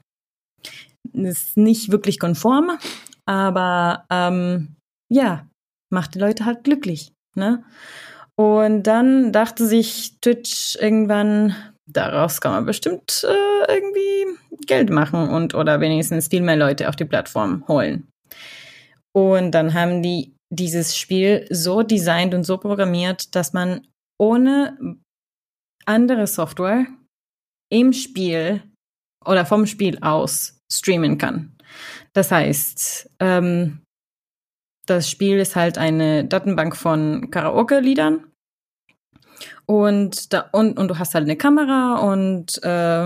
ist nicht wirklich konform, aber ähm, ja, macht die Leute halt glücklich. Ne? Und dann dachte sich Twitch irgendwann, daraus kann man bestimmt äh, irgendwie Geld machen und oder wenigstens viel mehr Leute auf die Plattform holen. Und dann haben die dieses Spiel so designt und so programmiert, dass man ohne andere Software im Spiel oder vom Spiel aus streamen kann. Das heißt, ähm, das Spiel ist halt eine Datenbank von Karaoke-Liedern und, da, und, und du hast halt eine Kamera und äh,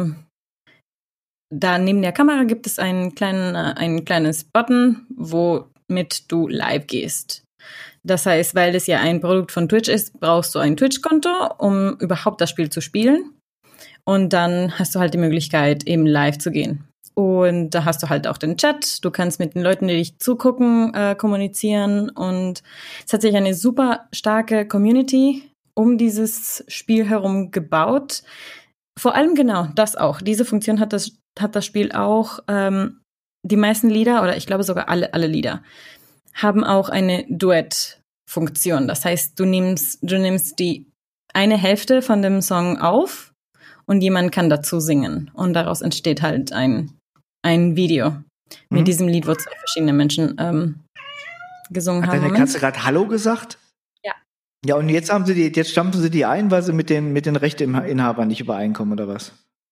da neben der Kamera gibt es einen kleinen, ein kleines Button, womit du live gehst. Das heißt, weil es ja ein Produkt von Twitch ist, brauchst du ein Twitch-Konto, um überhaupt das Spiel zu spielen. Und dann hast du halt die Möglichkeit, eben live zu gehen. Und da hast du halt auch den Chat. Du kannst mit den Leuten, die dich zugucken, äh, kommunizieren. Und es hat sich eine super starke Community um dieses Spiel herum gebaut. Vor allem genau das auch. Diese Funktion hat das, hat das Spiel auch. Ähm, die meisten Lieder, oder ich glaube sogar alle, alle Lieder, haben auch eine Duett-Funktion. Das heißt, du nimmst, du nimmst die eine Hälfte von dem Song auf und jemand kann dazu singen. Und daraus entsteht halt ein, ein Video mhm. mit diesem Lied, wo zwei verschiedene Menschen ähm, gesungen Hat haben. Hat deine Moment. Katze gerade Hallo gesagt? Ja. Ja, und jetzt haben sie die, jetzt stampfen sie die ein, weil sie mit den, mit den Rechteinhabern nicht übereinkommen, oder was?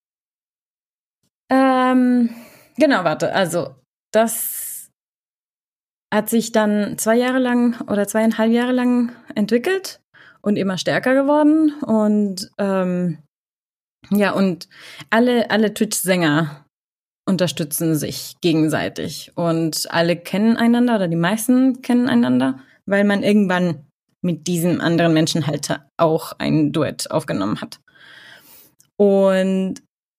Ähm, genau, warte. Also, das hat sich dann zwei Jahre lang oder zweieinhalb Jahre lang entwickelt und immer stärker geworden. Und ähm, ja, und alle, alle Twitch-Sänger unterstützen sich gegenseitig. Und alle kennen einander oder die meisten kennen einander, weil man irgendwann mit diesem anderen Menschen halt auch ein Duett aufgenommen hat. Und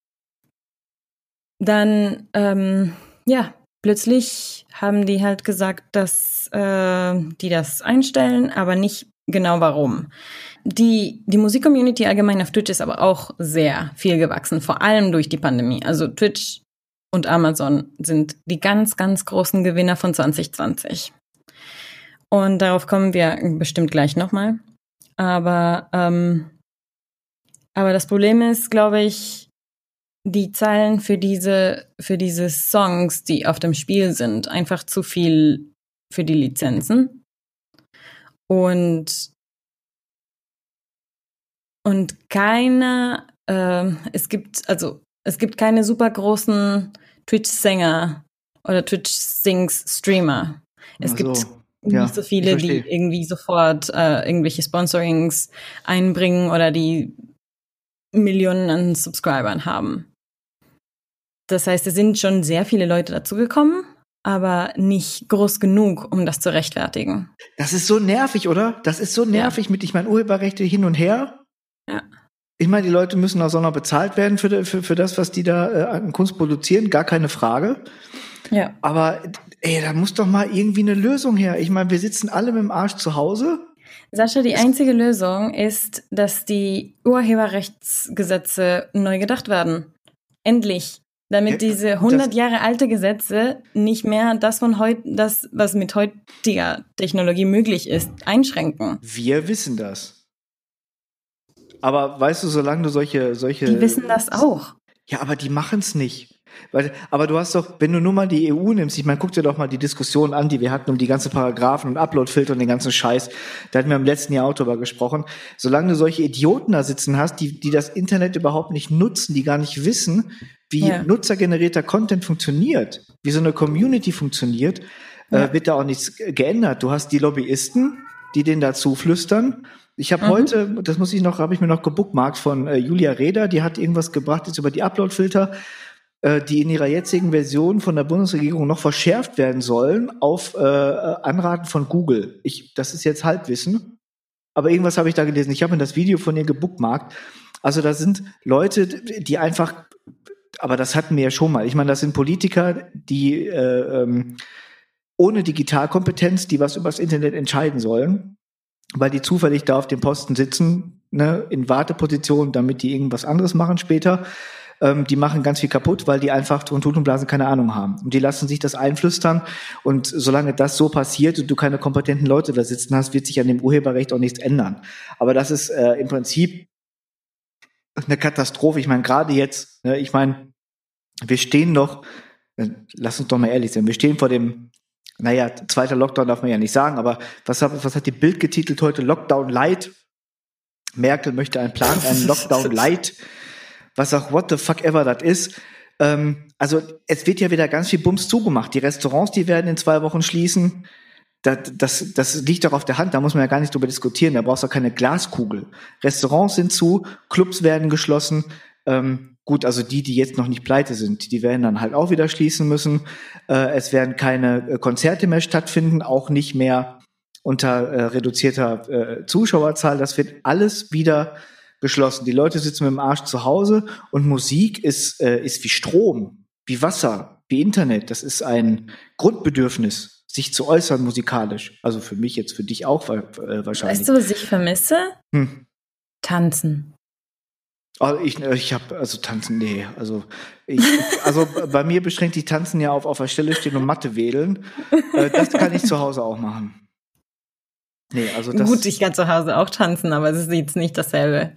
dann, ähm, ja, plötzlich haben die halt gesagt, dass äh, die das einstellen, aber nicht genau warum. Die, die Musik-Community allgemein auf Twitch ist aber auch sehr viel gewachsen, vor allem durch die Pandemie. Also Twitch und Amazon sind die ganz, ganz großen Gewinner von zwanzig zwanzig. Und darauf kommen wir bestimmt gleich nochmal. Aber, ähm, aber das Problem ist, glaube ich, die Zahlen für diese, für diese Songs, die auf dem Spiel sind, einfach zu viel für die Lizenzen. Und Und keine, äh, es gibt, also es gibt keine super großen Twitch-Sänger oder Twitch-Sings-Streamer. Es Ach gibt so. Ja, nicht so viele, ich die verstehe. irgendwie sofort äh, irgendwelche Sponsorings einbringen oder die Millionen an Subscribern haben. Das heißt, es sind schon sehr viele Leute dazugekommen, aber nicht groß genug, um das zu rechtfertigen. Das ist so nervig, oder? Das ist so nervig mit, ich meine, Urheberrechte hin und her. Ja. Ich meine, die Leute müssen auch so noch bezahlt werden für, für, für das, was die da äh, an Kunst produzieren, gar keine Frage. Ja. Aber ey, da muss doch mal irgendwie eine Lösung her. Ich meine, wir sitzen alle mit dem Arsch zu Hause. Sascha, die einzige Lösung ist, dass die Urheberrechtsgesetze neu gedacht werden. Endlich. Damit Ja, diese das- hundert Jahre alte Gesetze nicht mehr das von heut, das, was mit heutiger Technologie möglich ist, einschränken. Wir wissen das. Aber weißt du, solange du solche, solche. Die wissen das auch. Ja, aber die machen es nicht. Weil, aber du hast doch, wenn du nur mal die E U nimmst, ich meine, guck dir doch mal die Diskussion an, die wir hatten um die ganzen Paragraphen und Uploadfilter und den ganzen Scheiß. Da hatten wir im letzten Jahr auch drüber gesprochen. Solange du solche Idioten da sitzen hast, die, die das Internet überhaupt nicht nutzen, die gar nicht wissen, wie Ja. nutzergenerierter Content funktioniert, wie so eine Community funktioniert, Ja. äh, wird da auch nichts geändert. Du hast die Lobbyisten, die denen dazu flüstern. Ich habe Mhm. heute, das muss ich noch, habe ich mir noch gebookmarkt von äh, Julia Reda, die hat irgendwas gebracht jetzt über die Uploadfilter, äh, die in ihrer jetzigen Version von der Bundesregierung noch verschärft werden sollen auf äh, Anraten von Google. Ich, das ist jetzt Halbwissen, aber irgendwas habe ich da gelesen. Ich habe mir das Video von ihr gebookmarkt. Also da sind Leute, die einfach, aber das hatten wir ja schon mal. Ich meine, das sind Politiker, die äh, ähm, ohne Digitalkompetenz, die was über das Internet entscheiden sollen, weil die zufällig da auf dem Posten sitzen, ne, in Warteposition, damit die irgendwas anderes machen später. Ähm, die machen ganz viel kaputt, weil die einfach von Tut und Blasen keine Ahnung haben. Und die lassen sich das einflüstern. Und solange das so passiert und du keine kompetenten Leute da sitzen hast, wird sich an dem Urheberrecht auch nichts ändern. Aber das ist äh, im Prinzip eine Katastrophe. Ich meine, gerade jetzt, ne, ich meine, wir stehen noch, äh, lass uns doch mal ehrlich sein, wir stehen vor dem, naja, zweiter Lockdown darf man ja nicht sagen, aber was hat, was hat die Bild getitelt heute? Lockdown Light. Merkel möchte einen Plan, einen Lockdown Light. Was auch what the fuck ever das ist. Ähm, also es wird ja wieder ganz viel Bums zugemacht. Die Restaurants, die werden in zwei Wochen schließen. Das, das, das liegt doch auf der Hand, da muss man ja gar nicht drüber diskutieren. Da brauchst du auch keine Glaskugel. Restaurants sind zu, Clubs werden geschlossen. Ähm, gut, also die, die jetzt noch nicht pleite sind, die werden dann halt auch wieder schließen müssen. Äh, es werden keine äh, Konzerte mehr stattfinden, auch nicht mehr unter äh, reduzierter äh, Zuschauerzahl. Das wird alles wieder geschlossen. Die Leute sitzen mit dem Arsch zu Hause und Musik ist, äh, ist wie Strom, wie Wasser, wie Internet. Das ist ein Grundbedürfnis, sich zu äußern musikalisch. Also für mich jetzt, für dich auch äh, wahrscheinlich. Weißt du, was ich vermisse? Hm. Tanzen. Oh, ich ich habe, also tanzen, nee. Also, ich, also bei mir beschränkt die Tanzen ja auf auf der Stelle stehen und Matte wedeln. Äh, das kann ich zu Hause auch machen. Nee, also das, Gut, ich kann zu Hause auch tanzen, aber es ist jetzt nicht dasselbe.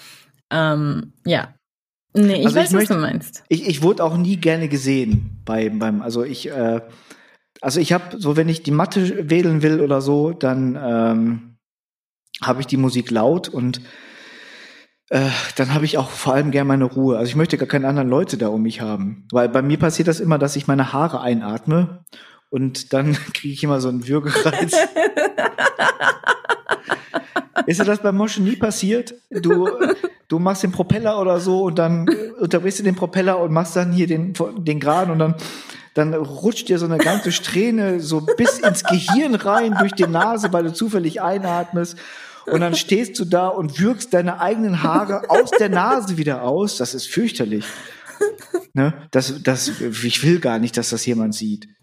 Ähm, ja. Nee, ich Also ich weiß, möchte- was du meinst. Ich, ich wurde auch nie gerne gesehen beim, beim also ich, äh, also ich habe so, wenn ich die Matte wählen will oder so, dann ähm, habe ich die Musik laut und äh, dann habe ich auch vor allem gerne meine Ruhe. Also ich möchte gar keine anderen Leute da um mich haben, weil bei mir passiert das immer, dass ich meine Haare einatme und dann kriege ich immer so einen Würgereiz. Ist dir das bei Moschen nie passiert? Du, du machst den Propeller oder so und dann unterbrichst du den Propeller und machst dann hier den, den Geraden und dann, dann rutscht dir so eine ganze Strähne so bis ins Gehirn rein durch die Nase, weil du zufällig einatmest. Und dann stehst du da und würgst deine eigenen Haare aus der Nase wieder aus. Das ist fürchterlich. Ne? Das, das, ich will gar nicht, dass das jemand sieht.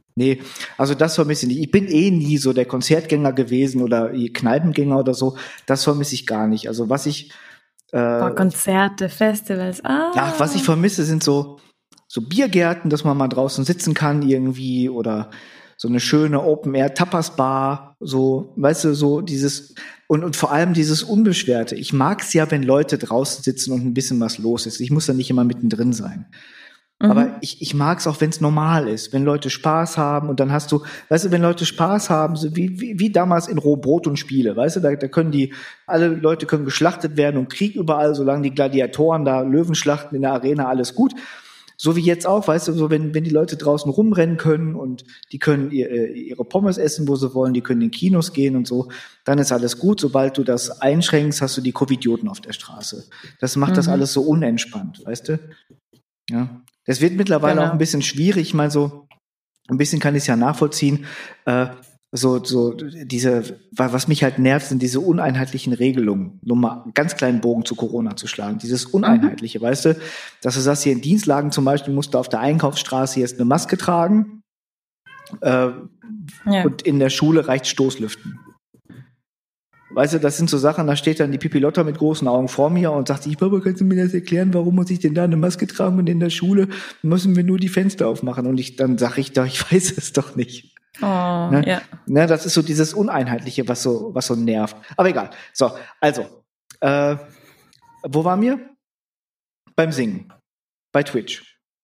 Nee, also das vermisse ich nicht. Ich bin eh nie so der Konzertgänger gewesen oder Kneipengänger oder so. Das vermisse ich gar nicht. Also was ich äh, Boah, Konzerte, Festivals, ah. Ja, was ich vermisse, sind so so Biergärten, dass man mal draußen sitzen kann irgendwie oder so eine schöne Open-Air-Tapas-Bar, so, weißt du, so dieses und und vor allem dieses Unbeschwerte. Ich mag's ja, wenn Leute draußen sitzen und ein bisschen was los ist. Ich muss da nicht immer mittendrin sein. Mhm. Aber ich, ich mag's auch, wenn's normal ist, wenn Leute Spaß haben und dann hast du, weißt du, wenn Leute Spaß haben, so wie, wie, wie damals in Roh, Brot und Spiele, weißt du, da, da können die, alle Leute können geschlachtet werden und Krieg überall, solange die Gladiatoren da Löwen schlachten in der Arena, alles gut. So wie jetzt auch, weißt du, so wenn, wenn die Leute draußen rumrennen können und die können ihr, ihre Pommes essen, wo sie wollen, die können in Kinos gehen und so, dann ist alles gut. Sobald du das einschränkst, hast du die Covidioten auf der Straße. Das macht mhm. das alles so unentspannt, weißt du? Ja. Das wird mittlerweile genau. auch ein bisschen schwierig. Ich meine, so ein bisschen kann ich es ja nachvollziehen. Äh, so, so diese, was mich halt nervt, sind diese uneinheitlichen Regelungen. Nur mal einen ganz kleinen Bogen zu Corona zu schlagen. Dieses Uneinheitliche, mhm. weißt du, dass du sagst, hier in Dienstlagen zum Beispiel musst du auf der Einkaufsstraße jetzt eine Maske tragen äh, ja. und in der Schule reicht Stoßlüften. Weißt du, das sind so Sachen, da steht dann die Pipilotta mit großen Augen vor mir und sagt, ich Papa, kannst du mir das erklären, warum muss ich denn da eine Maske tragen und in der Schule müssen wir nur die Fenster aufmachen? Und ich dann sage ich doch, ich weiß es doch nicht. Oh, ne? ja. Ne, das ist so dieses Uneinheitliche, was so, was so nervt. Aber egal. So, also, äh, wo waren wir? Beim Singen. Bei Twitch.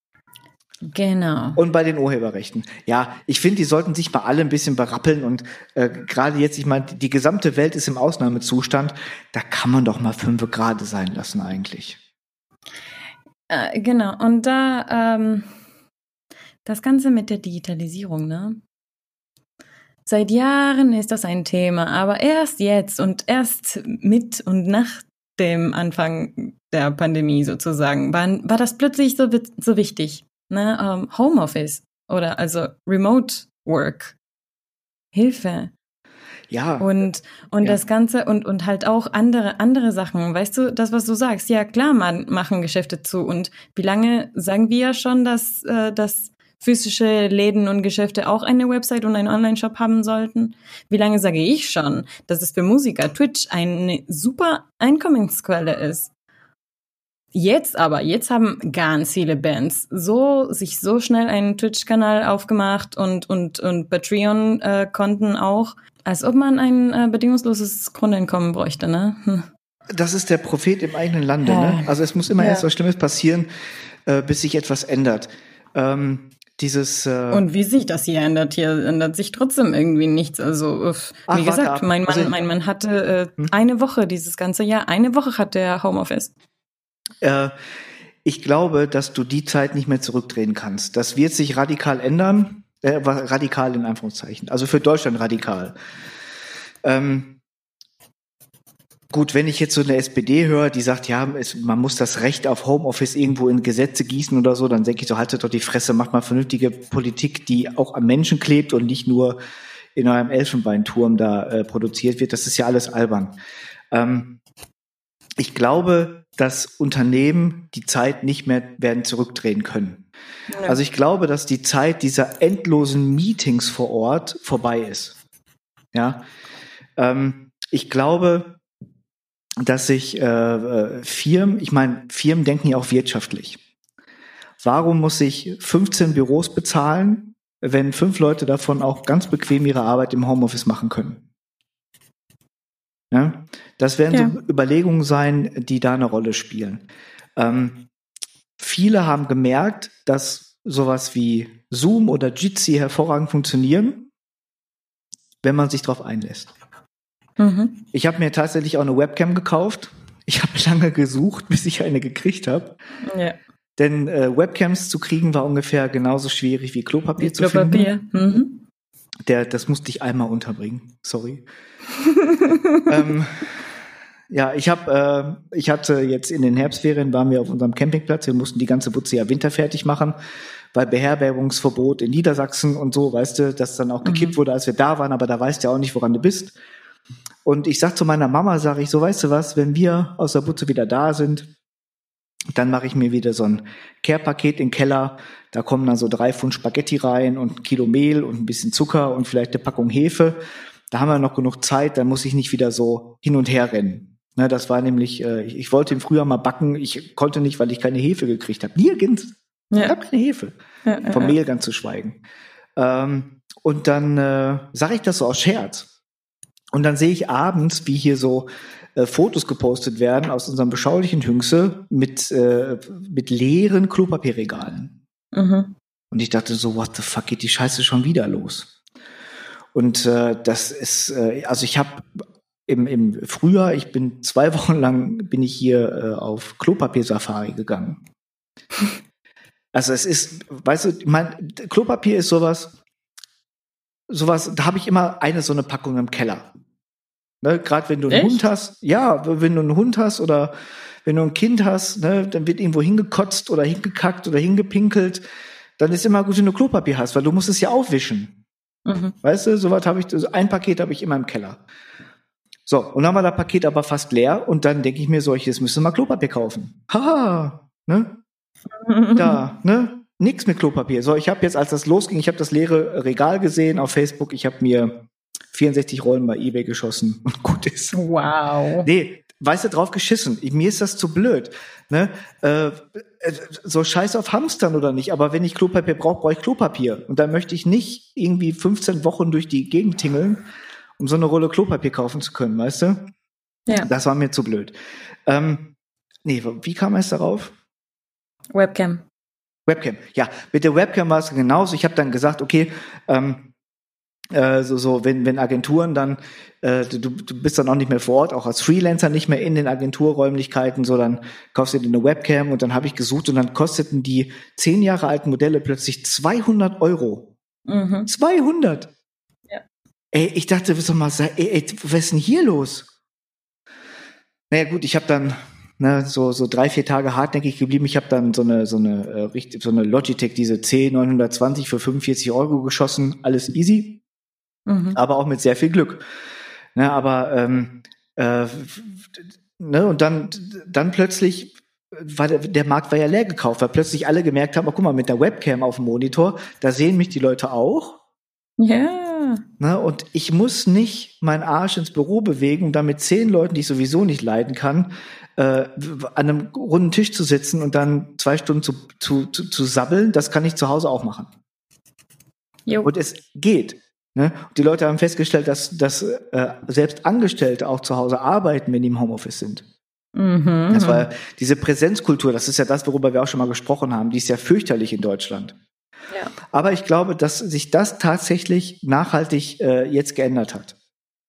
Genau. Und bei den Urheberrechten. Ja, ich finde, die sollten sich mal alle ein bisschen berappeln und äh, gerade jetzt, ich meine, die gesamte Welt ist im Ausnahmezustand, da kann man doch mal fünfe gerade sein lassen eigentlich. Äh, genau, und da ähm, das Ganze mit der Digitalisierung, ne? Seit Jahren ist das ein Thema, aber erst jetzt und erst mit und nach dem Anfang der Pandemie sozusagen war, war das plötzlich so, so wichtig. Ne, um, Homeoffice oder also Remote Work, Hilfe. Ja. Und, und ja. das Ganze und, und halt auch andere, andere Sachen. Weißt du, das, was du sagst, ja klar, man machen Geschäfte zu. Und wie lange sagen wir ja schon, dass, äh, dass physische Läden und Geschäfte auch eine Website und einen Online-Shop haben sollten? Wie lange sage ich schon, dass es für Musiker Twitch eine super Einkommensquelle ist? Jetzt aber, jetzt haben ganz viele Bands so sich so schnell einen Twitch-Kanal aufgemacht und und und Patreon-Konten äh, auch, als ob man ein äh, bedingungsloses Grundeinkommen bräuchte, ne? Hm. Das ist der Prophet im eigenen Lande, ja. ne? Also es muss immer ja. erst was Schlimmes passieren, äh, bis sich etwas ändert. Ähm, dieses äh Und wie sich das hier ändert, hier ändert sich trotzdem irgendwie nichts. Also uff. Ach, wie gesagt, mein Mann, also, mein Mann hatte äh, hm? eine Woche dieses ganze Jahr, eine Woche hat der Homeoffice. Äh, ich glaube, dass du die Zeit nicht mehr zurückdrehen kannst. Das wird sich radikal ändern. Äh, radikal in Anführungszeichen. Also für Deutschland radikal. Ähm, gut, wenn ich jetzt so eine S P D höre, die sagt, ja, es, man muss das Recht auf Homeoffice irgendwo in Gesetze gießen oder so, dann denke ich so, haltet doch die Fresse, macht mal vernünftige Politik, die auch am Menschen klebt und nicht nur in eurem Elfenbeinturm da äh, produziert wird. Das ist ja alles albern. Ähm, ich glaube, dass Unternehmen die Zeit nicht mehr werden zurückdrehen können. Ja. Also ich glaube, dass die Zeit dieser endlosen Meetings vor Ort vorbei ist. Ja, ähm, ich glaube, dass sich äh, Firmen, ich meine, Firmen denken ja auch wirtschaftlich. Warum muss ich fünfzehn Büros bezahlen, wenn fünf Leute davon auch ganz bequem ihre Arbeit im Homeoffice machen können? Ja, das werden ja. so Überlegungen sein, die da eine Rolle spielen. Ähm, viele haben gemerkt, dass sowas wie Zoom oder Jitsi hervorragend funktionieren, wenn man sich darauf einlässt. Mhm. Ich habe mir tatsächlich auch eine Webcam gekauft. Ich habe lange gesucht, bis ich eine gekriegt habe. Ja. Denn äh, Webcams zu kriegen war ungefähr genauso schwierig wie Klopapier wie zu Klopapier. finden. Mhm. Der, das musste ich einmal unterbringen. Sorry. ähm, ja, ich habe, äh, ich hatte jetzt in den Herbstferien waren wir auf unserem Campingplatz. Wir mussten die ganze Butze ja winterfertig machen, weil Beherbergungsverbot in Niedersachsen und so, weißt du, das dann auch gekippt mhm. wurde, als wir da waren. Aber da weißt du ja auch nicht, woran du bist. Und ich sag zu meiner Mama, sage ich so, weißt du was, wenn wir aus der Butze wieder da sind, Dann mache ich mir wieder so ein Care-Paket in den Keller. Da kommen dann so drei Pfund Spaghetti rein und ein Kilo Mehl und ein bisschen Zucker und vielleicht eine Packung Hefe. Da haben wir noch genug Zeit, dann muss ich nicht wieder so hin und her rennen. Ne, das war nämlich, äh, ich, ich wollte im Frühjahr mal backen. Ich konnte nicht, weil ich keine Hefe gekriegt habe. Nirgends. Ja. Ich habe keine Hefe. Ja, ja, Vom ja. Mehl ganz zu schweigen. Ähm, und dann äh, sage ich das so aus Scherz. Und dann sehe ich abends, wie hier so äh, Fotos gepostet werden aus unserem beschaulichen Hünxe mit, äh, mit leeren Klopapierregalen. Mhm. Und ich dachte so, what the fuck, geht die Scheiße schon wieder los? Und äh, das ist, äh, also ich habe im, im Frühjahr, ich bin zwei Wochen lang, bin ich hier äh, auf Klopapier-Safari gegangen. Also es ist, weißt du, mein Klopapier ist sowas, sowas, da habe ich immer eine so eine Packung im Keller. Ne, gerade wenn du einen Echt? Hund hast, ja, wenn du einen Hund hast oder wenn du ein Kind hast, ne, dann wird irgendwo hingekotzt oder hingekackt oder hingepinkelt, dann ist immer gut, wenn du Klopapier hast, weil du musst es ja aufwischen. Mhm. Weißt du, sowas habe ich, so ein Paket habe ich immer im Keller. So, und dann war das Paket aber fast leer und dann denke ich mir so, jetzt müsste mal Klopapier kaufen. Haha, ne? Da, ne? Nix mit Klopapier. So, ich habe jetzt, als das losging, ich habe das leere Regal gesehen auf Facebook, ich habe mir vierundsechzig Rollen bei eBay geschossen und gut ist. Wow. Nee, weißt du, drauf geschissen. Mir ist das zu blöd. Ne? Äh, so scheiß auf Hamstern oder nicht, aber wenn ich Klopapier brauche, brauche ich Klopapier. Und dann möchte ich nicht irgendwie fünfzehn Wochen durch die Gegend tingeln, um so eine Rolle Klopapier kaufen zu können, weißt du? Ja. Das war mir zu blöd. Ähm, nee, wie kam es darauf? Webcam. Webcam, ja. Mit der Webcam war es genauso. Ich habe dann gesagt, okay, ähm, äh, so, so, wenn, wenn Agenturen dann, äh, du, du bist dann auch nicht mehr vor Ort, auch als Freelancer nicht mehr in den Agenturräumlichkeiten, so dann kaufst du dir eine Webcam und dann habe ich gesucht und dann kosteten die zehn Jahre alten Modelle plötzlich zweihundert Euro. Mhm. zweihundert! Ja. Ey, ich dachte, was soll mal sagen, ey, ey, was ist denn hier los? Naja gut, ich habe dann ne, so so drei, vier Tage hartnäckig geblieben. Ich habe dann so eine so eine äh, so eine Logitech, diese C neunhundertzwanzig für fünfundvierzig Euro geschossen. Alles easy, mhm. aber auch mit sehr viel Glück. Ne, aber ähm, äh, ne, und dann dann plötzlich war der, der Markt war ja leer gekauft, weil plötzlich alle gemerkt haben, oh, guck mal, mit der Webcam auf dem Monitor, da sehen mich die Leute auch. Ja. Ne, und ich muss nicht meinen Arsch ins Büro bewegen, um dann mit zehn Leuten, die ich sowieso nicht leiden kann, äh, an einem runden Tisch zu sitzen und dann zwei Stunden zu, zu, zu, zu sabbeln. Das kann ich zu Hause auch machen. Jo. Und es geht. Ne? Die Leute haben festgestellt, dass, dass äh, selbst Angestellte auch zu Hause arbeiten, wenn die im Homeoffice sind. Mhm. Das war diese Präsenzkultur, das ist ja das, worüber wir auch schon mal gesprochen haben, die ist ja fürchterlich in Deutschland. Ja. Aber ich glaube, dass sich das tatsächlich nachhaltig äh, jetzt geändert hat.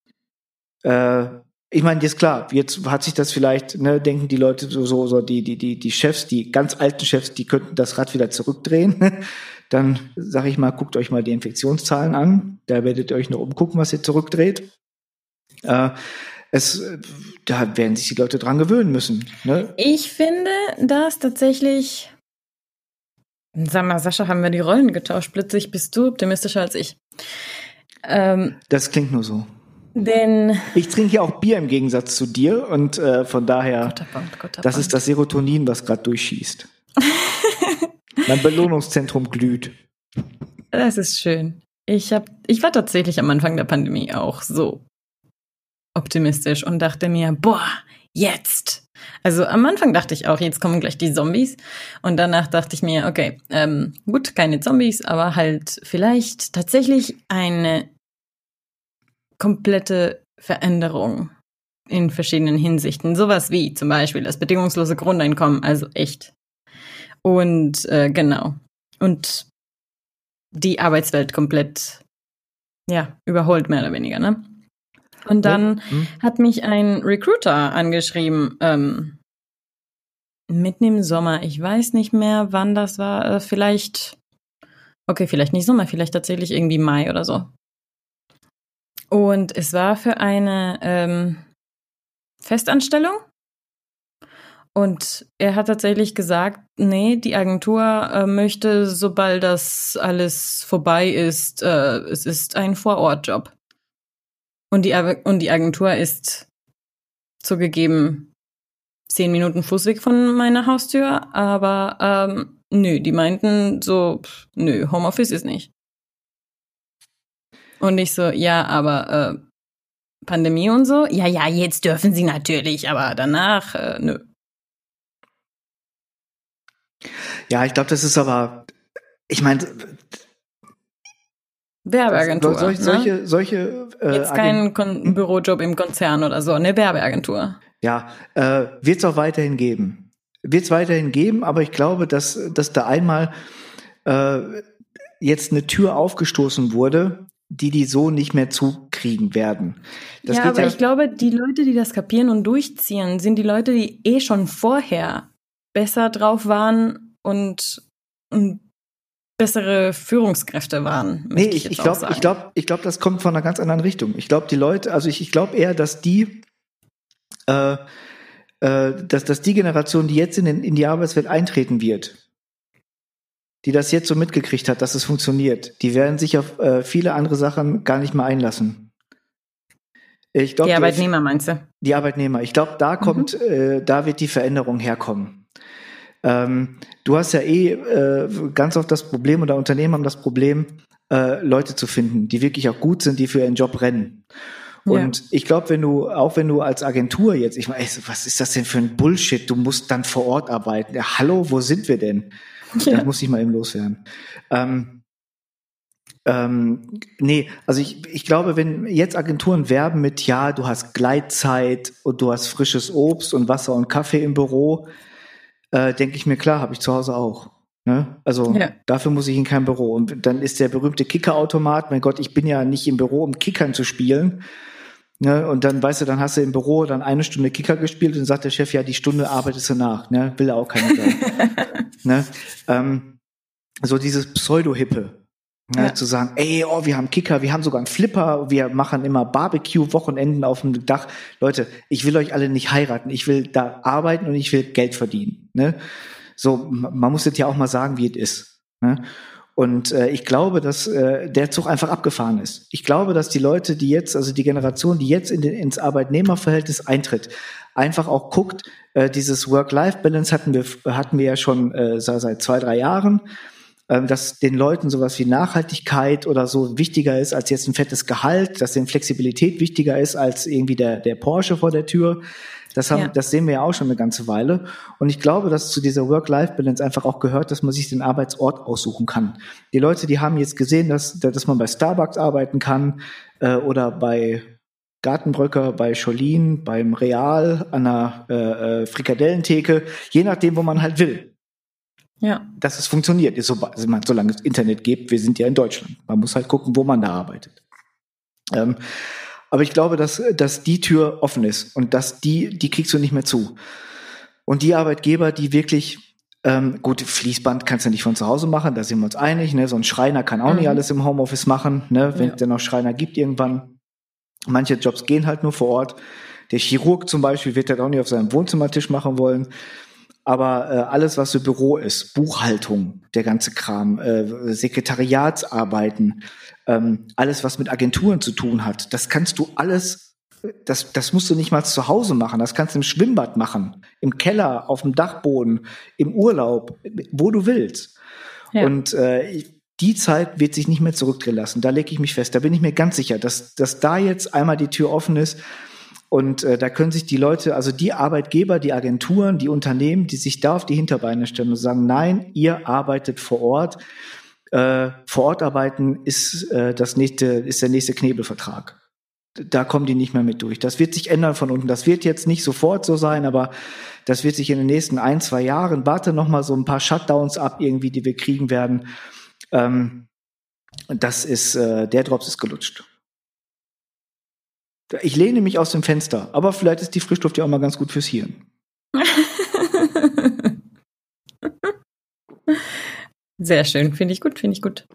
Äh, ich meine, jetzt klar, jetzt hat sich das vielleicht, ne, denken die Leute so, so, so die, die, die, die Chefs, die ganz alten Chefs, die könnten das Rad wieder zurückdrehen. Dann sage ich mal, guckt euch mal die Infektionszahlen an. Da werdet ihr euch nur umgucken, was ihr zurückdreht. Äh, es, da werden sich die Leute dran gewöhnen müssen. Ne? Ich finde, dass tatsächlich. Sag mal, Sascha, haben wir die Rollen getauscht? Plötzlich bist du optimistischer als ich. Ähm, das klingt nur so. Denn ich trinke ja auch Bier im Gegensatz zu dir und äh, von daher, guter Punkt, guter das Punkt. Ist das Serotonin, was gerade durchschießt. Mein Belohnungszentrum glüht. Das ist schön. Ich, hab, ich war tatsächlich am Anfang der Pandemie auch so optimistisch und dachte mir, boah, jetzt. Also am Anfang dachte ich auch, jetzt kommen gleich die Zombies. Und danach dachte ich mir, okay, ähm, gut, keine Zombies, aber halt vielleicht tatsächlich eine komplette Veränderung in verschiedenen Hinsichten. Sowas wie zum Beispiel das bedingungslose Grundeinkommen, also echt. Und äh, genau. Und die Arbeitswelt komplett, ja, überholt, mehr oder weniger, ne? Und dann mhm. hat mich ein Recruiter angeschrieben, ähm, mitten im Sommer. Ich weiß nicht mehr, wann das war. Äh, vielleicht, okay, vielleicht nicht Sommer, vielleicht tatsächlich irgendwie Mai oder so. Und es war für eine ähm, Festanstellung. Und er hat tatsächlich gesagt, nee, die Agentur äh, möchte, sobald das alles vorbei ist, äh, es ist ein Vorortjob. Und die, und die Agentur ist zugegeben zehn Minuten Fußweg von meiner Haustür, aber ähm, nö, die meinten so, pff, nö, Homeoffice ist nicht. Und ich so, ja, aber äh, Pandemie und so, ja, ja, jetzt dürfen sie natürlich, aber danach, äh, nö. Ja, ich glaube, das ist aber, ich meine, Werbeagentur. Das, solche, ne? solche, solche äh, Jetzt kein Kon- Bürojob im Konzern oder so, eine Werbeagentur. Ja, äh, wird es auch weiterhin geben. Wird es weiterhin geben, aber ich glaube, dass, dass da einmal äh, jetzt eine Tür aufgestoßen wurde, die die so nicht mehr zukriegen werden. Das ja, aber ja ich glaube, die Leute, die das kapieren und durchziehen, sind die Leute, die eh schon vorher besser drauf waren und, und bessere Führungskräfte waren. Nee, ich, ich glaube, ich glaube, ich glaube, das kommt von einer ganz anderen Richtung. Ich glaube, die Leute, also ich, ich glaube eher, dass die, äh, äh, dass, dass die Generation, die jetzt in, den, in die Arbeitswelt eintreten wird, die das jetzt so mitgekriegt hat, dass es funktioniert, die werden sich auf äh, viele andere Sachen gar nicht mehr einlassen. Ich glaub, die Arbeitnehmer, die, meinst du? Die Arbeitnehmer. Ich glaube, da kommt, mhm. äh, da wird die Veränderung herkommen. Ähm, du hast ja eh äh, ganz oft das Problem, oder Unternehmen haben das Problem, äh, Leute zu finden, die wirklich auch gut sind, die für ihren Job rennen. Und ja. ich glaube, wenn du, auch wenn du als Agentur jetzt, ich meine, was ist das denn für ein Bullshit? Du musst dann vor Ort arbeiten. Ja, hallo, wo sind wir denn? Ja. Das muss ich mal eben loswerden. Ähm, ähm, nee, also ich, ich glaube, wenn jetzt Agenturen werben mit, ja, du hast Gleitzeit und du hast frisches Obst und Wasser und Kaffee im Büro, äh, denke ich mir, klar, habe ich zu Hause auch. Ne? Also ja. dafür muss ich in kein Büro. Und dann ist der berühmte Kickerautomat, mein Gott, ich bin ja nicht im Büro, um Kickern zu spielen. Ne? Und dann, weißt du, dann hast du im Büro dann eine Stunde Kicker gespielt und dann sagt der Chef, ja, die Stunde arbeitest du nach. Ne? Will auch keiner sein. ne? ähm, so dieses Pseudo-Hippe. Ne? Ja. Zu sagen, ey, oh, wir haben Kicker, wir haben sogar einen Flipper, wir machen immer Barbecue-Wochenenden auf dem Dach. Leute, ich will euch alle nicht heiraten, ich will da arbeiten und ich will Geld verdienen. Ne? So, man muss jetzt ja auch mal sagen, wie es ist. Ne? Und äh, ich glaube, dass äh, der Zug einfach abgefahren ist. Ich glaube, dass die Leute, die jetzt, also die Generation, die jetzt in den, ins Arbeitnehmerverhältnis eintritt, einfach auch guckt, äh, dieses Work-Life-Balance hatten wir, hatten wir ja schon äh, seit zwei, drei Jahren, äh, dass den Leuten sowas wie Nachhaltigkeit oder so wichtiger ist als jetzt ein fettes Gehalt, dass denen Flexibilität wichtiger ist als irgendwie der, der Porsche vor der Tür. Das, haben, ja. das sehen wir ja auch schon eine ganze Weile. Und ich glaube, dass zu dieser Work-Life-Balance einfach auch gehört, dass man sich den Arbeitsort aussuchen kann. Die Leute, die haben jetzt gesehen, dass, dass man bei Starbucks arbeiten kann äh, oder bei Gartenbröcker, bei Scholin, beim Real, an einer äh, Frikadellentheke, je nachdem, wo man halt will. Ja. Dass es funktioniert, ist so, also man, solange es Internet gibt. Wir sind ja in Deutschland. Man muss halt gucken, wo man da arbeitet. Ähm, Aber ich glaube, dass, dass die Tür offen ist und dass die, die kriegst du nicht mehr zu. Und die Arbeitgeber, die wirklich, ähm, gut, Fließband kannst du nicht von zu Hause machen, da sind wir uns einig, ne? So ein Schreiner kann auch mhm. nicht alles im Homeoffice machen, ne? Wenn ja. es denn noch Schreiner gibt irgendwann. Manche Jobs gehen halt nur vor Ort. Der Chirurg zum Beispiel wird das auch nicht auf seinem Wohnzimmertisch machen wollen. Aber äh, alles, was so Büro ist, Buchhaltung, der ganze Kram, äh, Sekretariatsarbeiten, ähm, alles, was mit Agenturen zu tun hat, das kannst du alles, das, das musst du nicht mal zu Hause machen, das kannst du im Schwimmbad machen, im Keller, auf dem Dachboden, im Urlaub, wo du willst. Ja. Und äh, die Zeit wird sich nicht mehr zurückdrehen lassen, da lege ich mich fest, da bin ich mir ganz sicher, dass, dass da jetzt einmal die Tür offen ist. Und äh, da können sich die Leute, also die Arbeitgeber, die Agenturen, die Unternehmen, die sich da auf die Hinterbeine stellen und sagen, nein, ihr arbeitet vor Ort. Äh, vor Ort arbeiten ist äh, das nächste, ist der nächste Knebelvertrag. Da kommen die nicht mehr mit durch. Das wird sich ändern von unten. Das wird jetzt nicht sofort so sein, aber das wird sich in den nächsten ein, zwei Jahren, warte noch mal so ein paar Shutdowns ab irgendwie, die wir kriegen werden. Ähm, das ist, äh, der Drops ist gelutscht. Ich lehne mich aus dem Fenster, aber vielleicht ist die Frischluft ja auch mal ganz gut fürs Hirn. Sehr schön, finde ich gut, finde ich gut.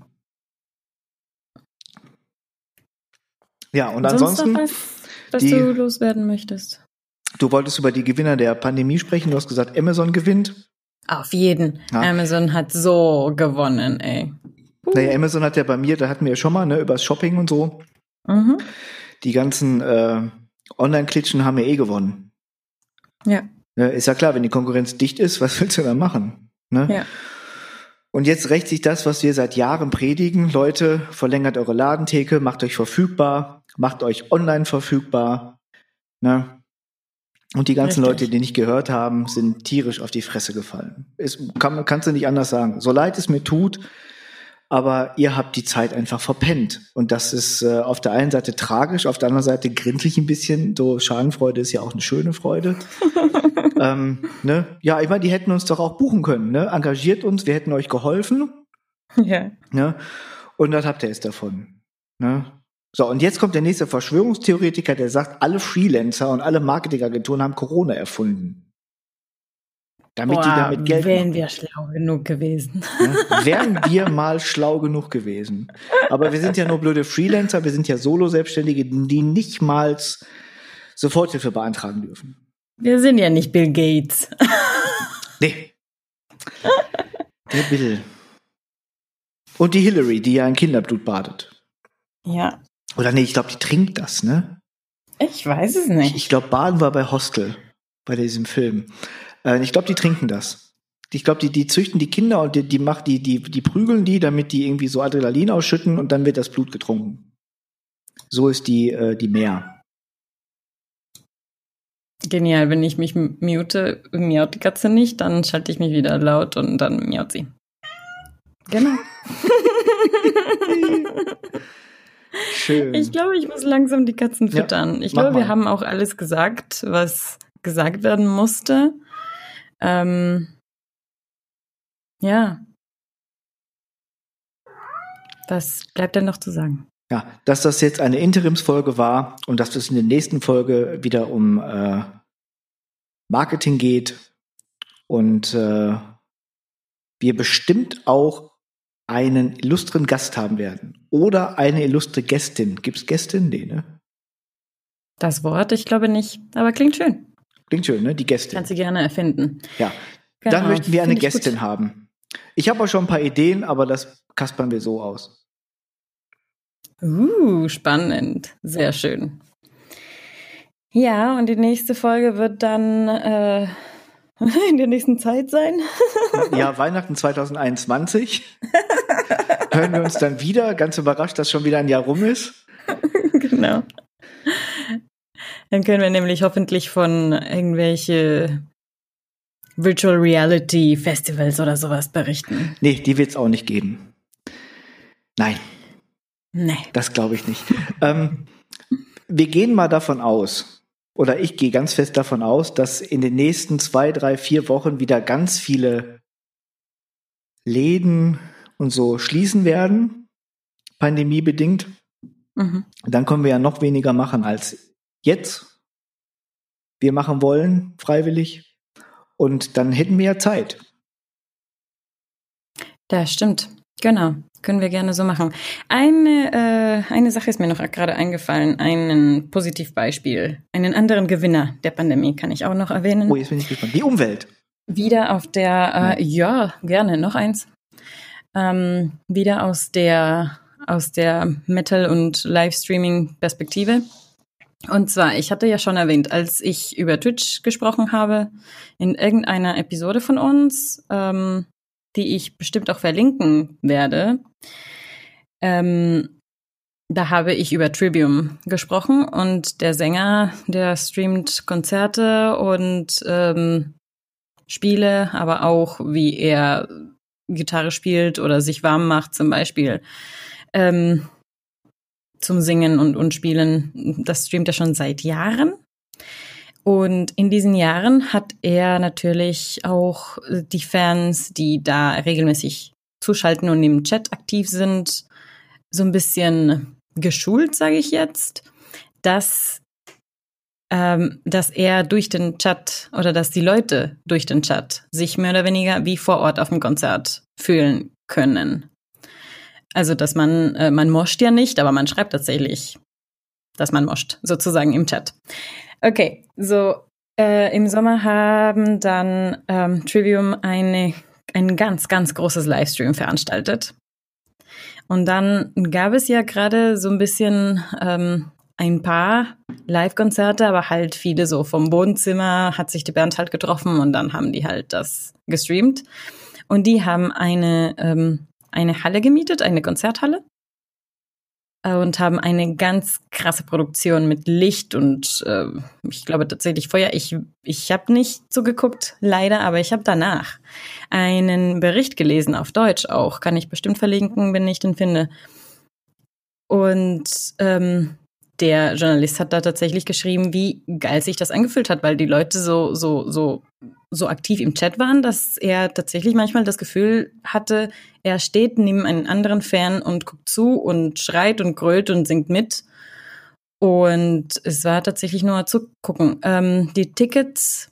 Ja, und ansonsten, was, was die, du loswerden möchtest. Du wolltest über die Gewinner der Pandemie sprechen, du hast gesagt, Amazon gewinnt. Auf jeden. Ja. Amazon hat so gewonnen, ey. Uh. Naja, Amazon hat ja bei mir, da hatten wir ja schon mal, ne, über das Shopping und so. Mhm. Die ganzen äh, Online-Klitschen haben ja eh gewonnen. Ja. Ja, ist ja klar, wenn die Konkurrenz dicht ist, was willst du da machen? Ne? Ja. Und jetzt rächt sich das, was wir seit Jahren predigen. Leute, verlängert eure Ladentheke, macht euch verfügbar, macht euch online verfügbar. Ne? Und die ganzen Richtig. Leute, die nicht gehört haben, sind tierisch auf die Fresse gefallen. Es kann, kannst du nicht anders sagen. So leid es mir tut, aber ihr habt die Zeit einfach verpennt. Und das ist äh, auf der einen Seite tragisch, auf der anderen Seite grinse ich ein bisschen. So Schadenfreude ist ja auch eine schöne Freude. ähm, ne? Ja, ich meine, die hätten uns doch auch buchen können. Ne? Engagiert uns, wir hätten euch geholfen. Ja. Ne? Und das habt ihr jetzt davon. Ne? So, und jetzt kommt der nächste Verschwörungstheoretiker, der sagt, alle Freelancer und alle Marketingagenturen haben Corona erfunden. Damit Boah, die damit Geld wären machen. wir schlau genug gewesen. Ja, wären wir mal schlau genug gewesen. Aber wir sind ja nur blöde Freelancer, wir sind ja Solo-Selbstständige, die nicht mal Soforthilfe beantragen dürfen. Wir sind ja nicht Bill Gates. Nee. Der Bill. Und die Hillary, die ja in Kinderblut badet. Ja. Oder nee, ich glaube, die trinkt das, ne? Ich weiß es nicht. Ich glaube, Baden war bei Hostel, bei diesem Film. Äh, ich glaube, die trinken das. Ich glaube, die, die züchten die Kinder und die, die, macht, die, die, die prügeln die, damit die irgendwie so Adrenalin ausschütten und dann wird das Blut getrunken. So ist die, äh, die Mehr. Genial, wenn ich mich mute, miaut die Katze nicht, dann schalte ich mich wieder laut und dann miaut sie. Genau. Schön. Ich glaube, ich muss langsam die Katzen Ja, füttern. Ich mach glaube, wir mal. haben auch alles gesagt, was gesagt werden musste. Ähm, ja. Was bleibt denn noch zu sagen? Ja, dass das jetzt eine Interimsfolge war und dass es in der nächsten Folge wieder um äh, Marketing geht und äh, wir bestimmt auch einen illustren Gast haben werden. Oder eine illustre Gästin. Gibt's Gästin? Nee, ne? Das Wort, ich glaube nicht, aber klingt schön. Klingt schön, ne? Die Gästin. Kannst du gerne erfinden. Ja. Genau, Dann möchten wir eine finde ich Gästin gut. haben. Ich habe auch schon ein paar Ideen, aber das kaspern wir so aus. Uh, spannend. Sehr schön. Ja, und die nächste Folge wird dann äh, in der nächsten Zeit sein. Ja, Weihnachten zwanzig einundzwanzig. Hören wir uns dann wieder. Ganz überrascht, dass schon wieder ein Jahr rum ist. Genau. Dann können wir nämlich hoffentlich von irgendwelche Virtual Reality Festivals oder sowas berichten. Nee, die wird's auch nicht geben. Nein, Nee. das glaube ich nicht. ähm, wir gehen mal davon aus, oder ich gehe ganz fest davon aus, dass in den nächsten zwei, drei, vier Wochen wieder ganz viele Läden und so schließen werden, pandemiebedingt. Mhm. Dann können wir ja noch weniger machen als jetzt wir machen wollen, freiwillig. Und dann hätten wir ja Zeit. Das stimmt. Genau. Können wir gerne so machen. Eine, äh, eine Sache ist mir noch gerade eingefallen. Ein Positivbeispiel. Einen anderen Gewinner der Pandemie kann ich auch noch erwähnen. Oh, jetzt bin ich gespannt. Die Umwelt. Wieder auf der, äh, ja, gerne, noch eins. Ähm, wieder aus der, aus der Metal- und Livestreaming-Perspektive. Und zwar, ich hatte ja schon erwähnt, als ich über Twitch gesprochen habe, in irgendeiner Episode von uns, ähm, die ich bestimmt auch verlinken werde, ähm, da habe ich über Trivium gesprochen und der Sänger, der streamt Konzerte und ähm, Spiele, aber auch wie er Gitarre spielt oder sich warm macht zum Beispiel ähm, zum Singen und, und Spielen. Das streamt er schon seit Jahren. Und in diesen Jahren hat er natürlich auch die Fans, die da regelmäßig zuschalten und im Chat aktiv sind, so ein bisschen geschult, sage ich jetzt, dass, ähm, dass er durch den Chat oder dass die Leute durch den Chat sich mehr oder weniger wie vor Ort auf dem Konzert fühlen können. Also, dass man, äh, man moscht ja nicht, aber man schreibt tatsächlich, dass man moscht, sozusagen im Chat. Okay, so äh, im Sommer haben dann ähm, Trivium eine, ein ganz, ganz großes Livestream veranstaltet. Und dann gab es ja gerade so ein bisschen ähm, ein paar Live-Konzerte, aber halt viele so vom Wohnzimmer hat sich die Band halt getroffen und dann haben die halt das gestreamt. Und die haben eine, ähm, eine Halle gemietet, eine Konzerthalle. Und haben eine ganz krasse Produktion mit Licht und äh, ich glaube tatsächlich Feuer. Ich, ich habe nicht zugeguckt, leider, aber ich habe danach einen Bericht gelesen, auf Deutsch auch. Kann ich bestimmt verlinken, wenn ich den finde. Und ähm, der Journalist hat da tatsächlich geschrieben, wie geil sich das angefühlt hat, weil die Leute so, so, so, so aktiv im Chat waren, dass er tatsächlich manchmal das Gefühl hatte, er steht neben einem anderen Fan und guckt zu und schreit und grölt und singt mit. Und es war tatsächlich nur zu gucken. Ähm, die Tickets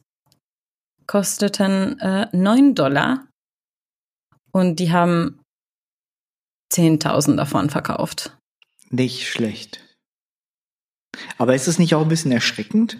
kosteten äh, neun Dollar und die haben zehntausend davon verkauft. Nicht schlecht. Aber ist es nicht auch ein bisschen erschreckend?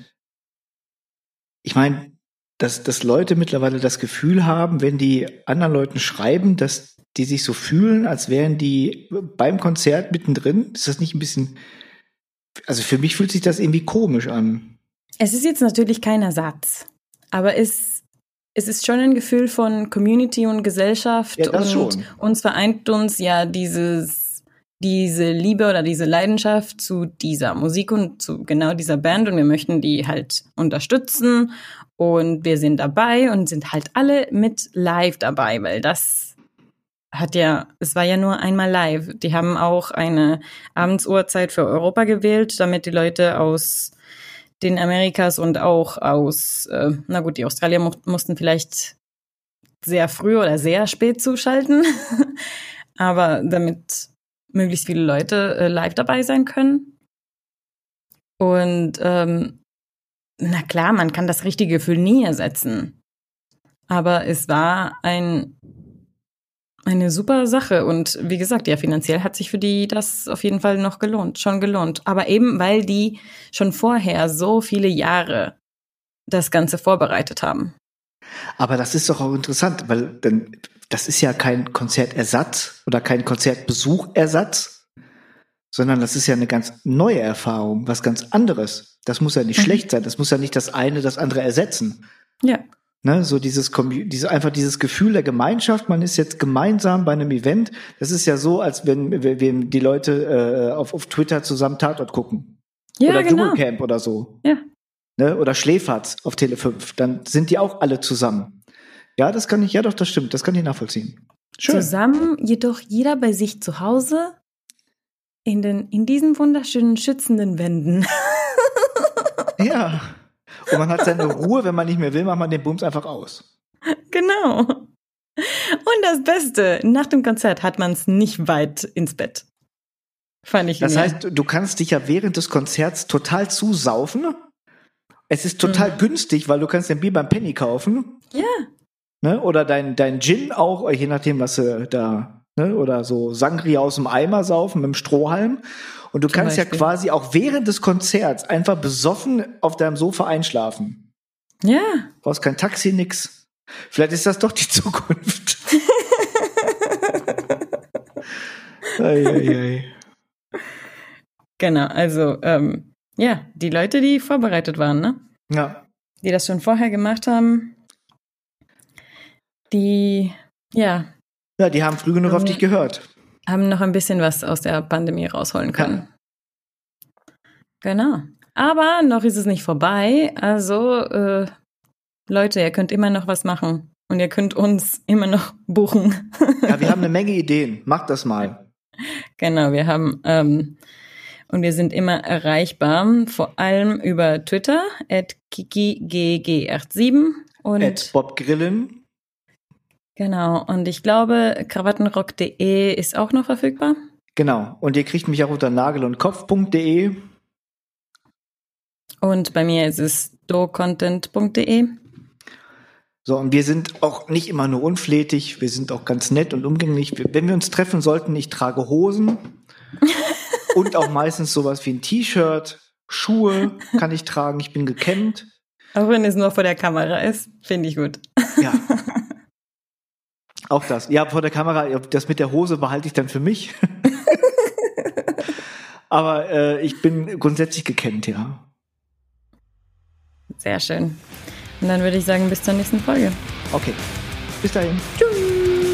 Ich meine, dass, dass Leute mittlerweile das Gefühl haben, wenn die anderen Leuten schreiben, dass die sich so fühlen, als wären die beim Konzert mittendrin. Ist das nicht ein bisschen, also für mich fühlt sich das irgendwie komisch an. Es ist jetzt natürlich kein Ersatz, aber es, es ist schon ein Gefühl von Community und Gesellschaft Ja, das und schon. uns vereint uns ja dieses, diese Liebe oder diese Leidenschaft zu dieser Musik und zu genau dieser Band und wir möchten die halt unterstützen und wir sind dabei und sind halt alle mit live dabei, weil das hat ja, es war ja nur einmal live. Die haben auch eine Abendsuhrzeit für Europa gewählt, damit die Leute aus den Amerikas und auch aus, äh, na gut, die Australier mu- mussten vielleicht sehr früh oder sehr spät zuschalten, aber damit möglichst viele Leute äh, live dabei sein können. Und ähm, na klar, man kann das richtige Gefühl nie ersetzen. Aber es war ein eine super Sache. Und wie gesagt, ja, finanziell hat sich für die das auf jeden Fall noch gelohnt, schon gelohnt. Aber eben, weil die schon vorher so viele Jahre das Ganze vorbereitet haben. Aber das ist doch auch interessant, weil dann, das ist ja kein Konzertersatz oder kein Konzertbesuchersatz, sondern das ist ja eine ganz neue Erfahrung, was ganz anderes. Das muss ja nicht Mhm. schlecht sein, das muss ja nicht das eine das andere ersetzen. Ja. Ne, so dieses, Commu- diese, einfach dieses Gefühl der Gemeinschaft, man ist jetzt gemeinsam bei einem Event. Das ist ja so, als wenn, wenn die Leute äh, auf, auf Twitter zusammen Tatort gucken. Ja, oder genau. Dschungelcamp oder so. Ja. Ne, oder Schläferz auf Tele fünf. Dann sind die auch alle zusammen. Ja, das kann ich, ja doch, das stimmt, das kann ich nachvollziehen. Schön. Zusammen, jedoch jeder bei sich zu Hause in den, in diesen wunderschönen schützenden Wänden. Ja. Und man hat seine Ruhe, wenn man nicht mehr will, macht man den Bums einfach aus. Genau. Und das Beste, nach dem Konzert hat man es nicht weit ins Bett. Fand ich Das genial. heißt, du kannst dich ja während des Konzerts total zusaufen. Es ist total Mhm. günstig, weil du kannst den Bier beim Penny kaufen. Ja. Ne? Oder dein, dein Gin auch, je nachdem, was du da, ne? Oder so Sangria aus dem Eimer saufen mit dem Strohhalm. Und du Zum kannst Beispiel. ja quasi auch während des Konzerts einfach besoffen auf deinem Sofa einschlafen. Ja. Brauchst kein Taxi, nix. Vielleicht ist das doch die Zukunft. ei, ei, ei. Genau, also ähm, ja, die Leute, die vorbereitet waren, ne? Ja. Die das schon vorher gemacht haben, die, ja, Ja, die haben früh genug auf dich gehört. haben noch ein bisschen was aus der Pandemie rausholen können. Genau. Aber noch ist es nicht vorbei. Also, äh, Leute, ihr könnt immer noch was machen. Und ihr könnt uns immer noch buchen. Ja, wir haben eine Menge Ideen. Macht das mal. Genau, wir haben, ähm, und wir sind immer erreichbar, vor allem über Twitter, at kiki g g siebenundachtzig. Und At Bob Grillen. genau, und ich glaube, krawattenrock punkt de ist auch noch verfügbar. Genau. Und ihr kriegt mich auch unter nagel und kopf punkt de. Und bei mir ist es docontent punkt de. So, und wir sind auch nicht immer nur unflätig, wir sind auch ganz nett und umgänglich. Wenn wir uns treffen sollten, ich trage Hosen und auch meistens sowas wie ein T-Shirt, Schuhe kann ich tragen, ich bin gekämmt. Auch wenn es nur vor der Kamera ist, finde ich gut. Ja. Auch das. Ja, vor der Kamera, das mit der Hose behalte ich dann für mich. Aber äh, ich bin grundsätzlich gekennt, ja. Sehr schön. Und dann würde ich sagen, bis zur nächsten Folge. Okay. Bis dahin. Tschüss.